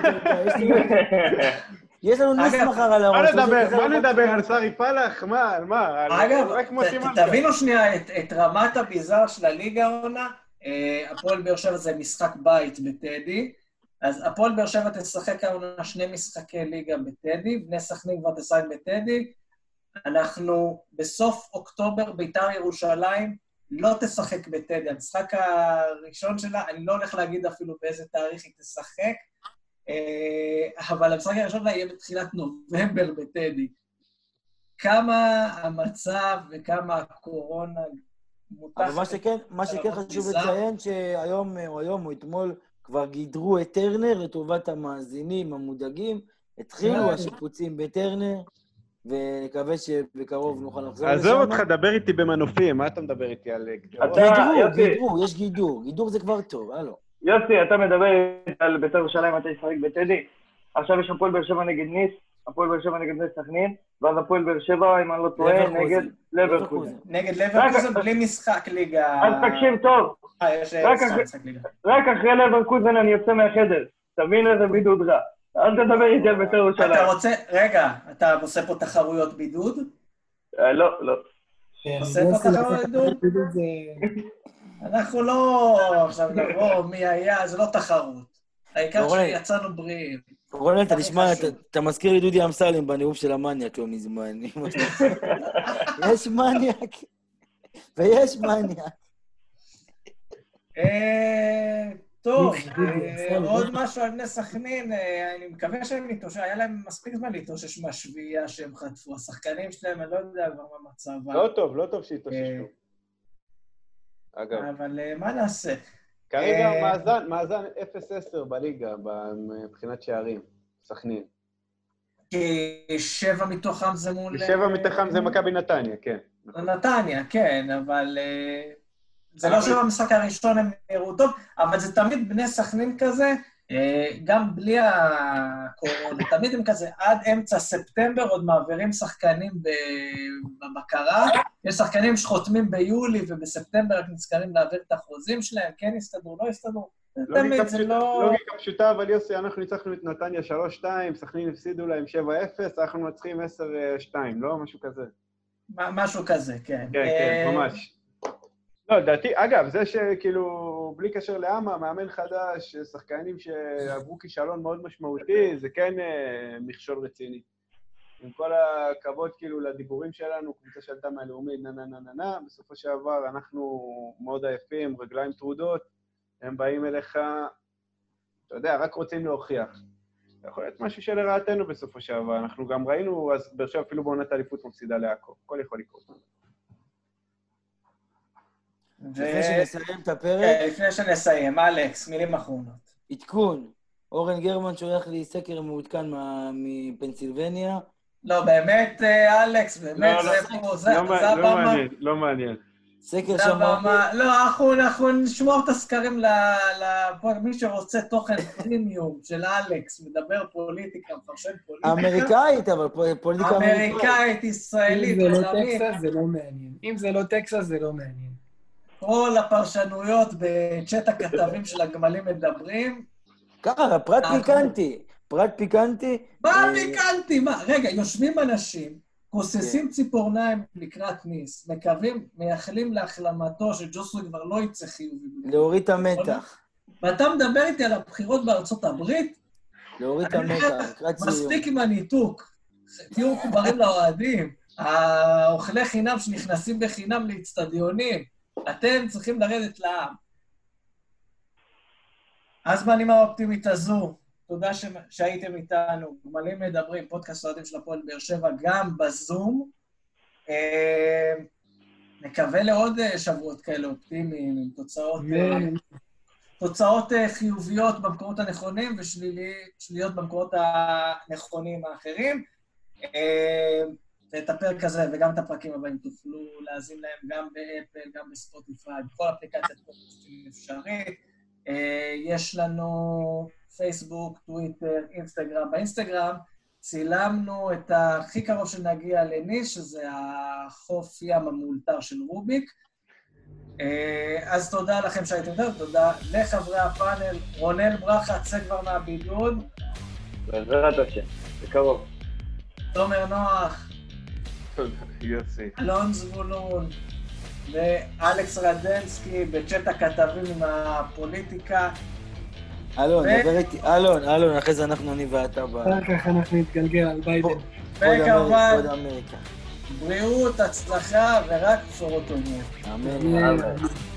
יש לנו ניס מחר על הראש. מה נדבר? על סארי פלח? מה? על מה? אגב, תבינו שנייה את רמת הביזר של הליגה העונה. הפועל באר שבע זה משחק בית בטדי. אז הפועל באר שבע תשחק העונה 2 משחקי ליגה בטדי, בני סכנין כבר תשחק בטדי, אנחנו בסוף אוקטובר, בית"ר ירושלים לא תשחק בטדי, המשחק הראשון שלה, אני לא הולך להגיד אפילו באיזה תאריך היא תשחק, אבל המשחק הראשון שלה יהיה בתחילת נובמבר בטדי. כמה המצב וכמה הקורונה מותחת... אבל מה שכן חשוב לציין, שהיום או אתמול כבר גידרו את טרנר לטובת המאזינים המודאגים, התחילו השיפוצים בטרנר, ונקווה שבקרוב נוכל לחזור לשם. עזוב אותך, דבר איתי במנופים, מה אתה מדבר איתי על... גידרו, יש גידור. גידור זה כבר טוב, הלו. יוסי, אתה מדבר על בית"ר ירושלים, אתה ישחק בטדי. עכשיו יש הפועל באר שבע נגד ניס, הפועל באר שבע נגד בני סכנין, ואז הפועל באר שבע, אם אני לא טועה, נגד לברקוזן. נגד לברקוזן בלי משחק ליגה. אז תקשיב טוב. רק אחרי לברקוזן אני יוצא מהחדר. תבין איזה בידוד רע. אל תדבר איתי על בית"ר ירושלים. אתה רוצה, רגע, אתה עושה פה תחרויות בידוד? לא. עושה פה תחרויות בידוד? אנחנו לא עכשיו נבוא מי היה, זה לא תחרות. העיקר שיצאנו בריאים. רונן, אתה נשמע, אתה מזכיר לי דודי אמסלם בנאום של המניאק לא מזמן. יש מניאק, ויש מניאק. טוב, עוד משהו על בני סכנין, אני מקווה שהם להתאושש, היה להם מספיק זמן להתאושש מהשביעייה שהם חטפו. השחקנים שלהם, אני לא יודע כבר מה מצבם. לא טוב שהתאוששו. אגב. אבל מה נעשה? כרגע מאזן 0-10 בליגה, מבחינת שערים, סכנין. 7 מתוכם זה מול... 7 מתוכם זה מכבי נתניה, כן. נתניה, כן, אבל... זה לא שבמשחק הראשון הם נראו טוב, אבל זה תמיד בני סכנין כזה, גם בלי הקורונה, תמיד הם כזה, עד אמצע ספטמבר עוד מעבירים שחקנים בבקרה, יש שחקנים שחותמים ביולי ובספטמבר רק נזכרים להעביר את החוזים שלהם, כן יסתדרו, לא יסתדרו. תמיד זה לא... לוגיקה פשוטה, אבל יוסי, אנחנו ניצחנו את נתניה 3-2, סכנין הפסידו להם 7-0, אנחנו מנצחים 10-2, לא? משהו כזה. משהו כזה, כן. כן, ממש. לא, דעתי, אגב, זה שכאילו, בלי קשר לאמה, מאמן חדש, שחקנים שעברו כישלון מאוד משמעותי, זה כן מכשול רציני. עם כל הכבוד כאילו לדיבורים שלנו, קבוצה שעלתה מהלאומית, נה, בסופו שעבר אנחנו מאוד עייפים, רגליים טרודות, הם באים אליך, אתה יודע, רק רוצים להוכיח. זה יכול להיות משהו שלרעתנו בסופו שעבר, אנחנו גם ראינו, אז באר שבע אפילו בעונת האליפות מפסידה לעכו, הכל יכול לקרות. לפני שנסיים את הפרק... לפני שנסיים, אלכס, מילים אחרונות. עדכון, אורן גרמן שולח לי סקר מעודכן מפנסילבניה. לא, באמת, אלכס, באמת, זה הבמה. לא מעניין. סקר שמע... לא, אנחנו נשמור את הסקרים מי שרוצה תוכן פרימיום של אלכס, מדבר פוליטיקה, מפרשן פוליטיקה. אמריקאית, אבל פוליטיקה אמריקאית, ישראלית. אם זה לא טקסס, זה לא מעניין. אם זה לא טקסס, זה לא מעניין. כל הפרשנויות בצ'אט הכתבים של הגמלים מדברים. ככה, פרט פיקנטי. מה פיקנטי? מה? רגע, יושבים אנשים, כוססים ציפורניים לקראת ניס, מקווים, מייחלים להחלמתו שג'וסוי כבר לא יצא חיובי. להוריד את המתח. ואתה מדבר איתי על הבחירות בארצות הברית? להוריד את המתח. מספיק עם הניתוק. תהיו מחוברים לאוהדים. האוכלי חינם שנכנסים בחינם לאצטדיונים. אתם צריכים לרדת לעם. אז בנימה האופטימית הזו, תודה שהייתם איתנו. גמלים מדברים, פודקאסט אוהדים של הפועל באר שבע, גם בזום. נקווה לעוד שבועות כאלה אופטימיים, עם תוצאות חיוביות במקומות הנכונים ושליליות במקומות הנכונים האחרים. ואת הפרק הזה וגם את הפרקים הבאים תוכלו להאזין להם גם באפל, גם בספוטיפיי, בכל אפליקציית פודקאסטים אפשרית. יש לנו פייסבוק, טוויטר, אינסטגרם. באינסטגרם צילמנו את הכי קרוב שנגיע לניס, שזה החוף ים המאולתר של רוביק. אז תודה לכם שהייתם איתנו, תודה לחברי הפאנל. רונן ברכה, צא כבר מהבידוד. בעזרת השם, בקרוב. תומר נוח. יוסי. אלון זבולון ואלכס רדנסקי בצ'אט הכתבים עם הפוליטיקה. אלון, דבר איתי, אלון, אחרי זה אני ואתה אחר כך אנחנו נתגלגל על ביידן. וכמובן, עוד אמריקה. בריאות, הצלחה ורק בשורות טובות. אמן.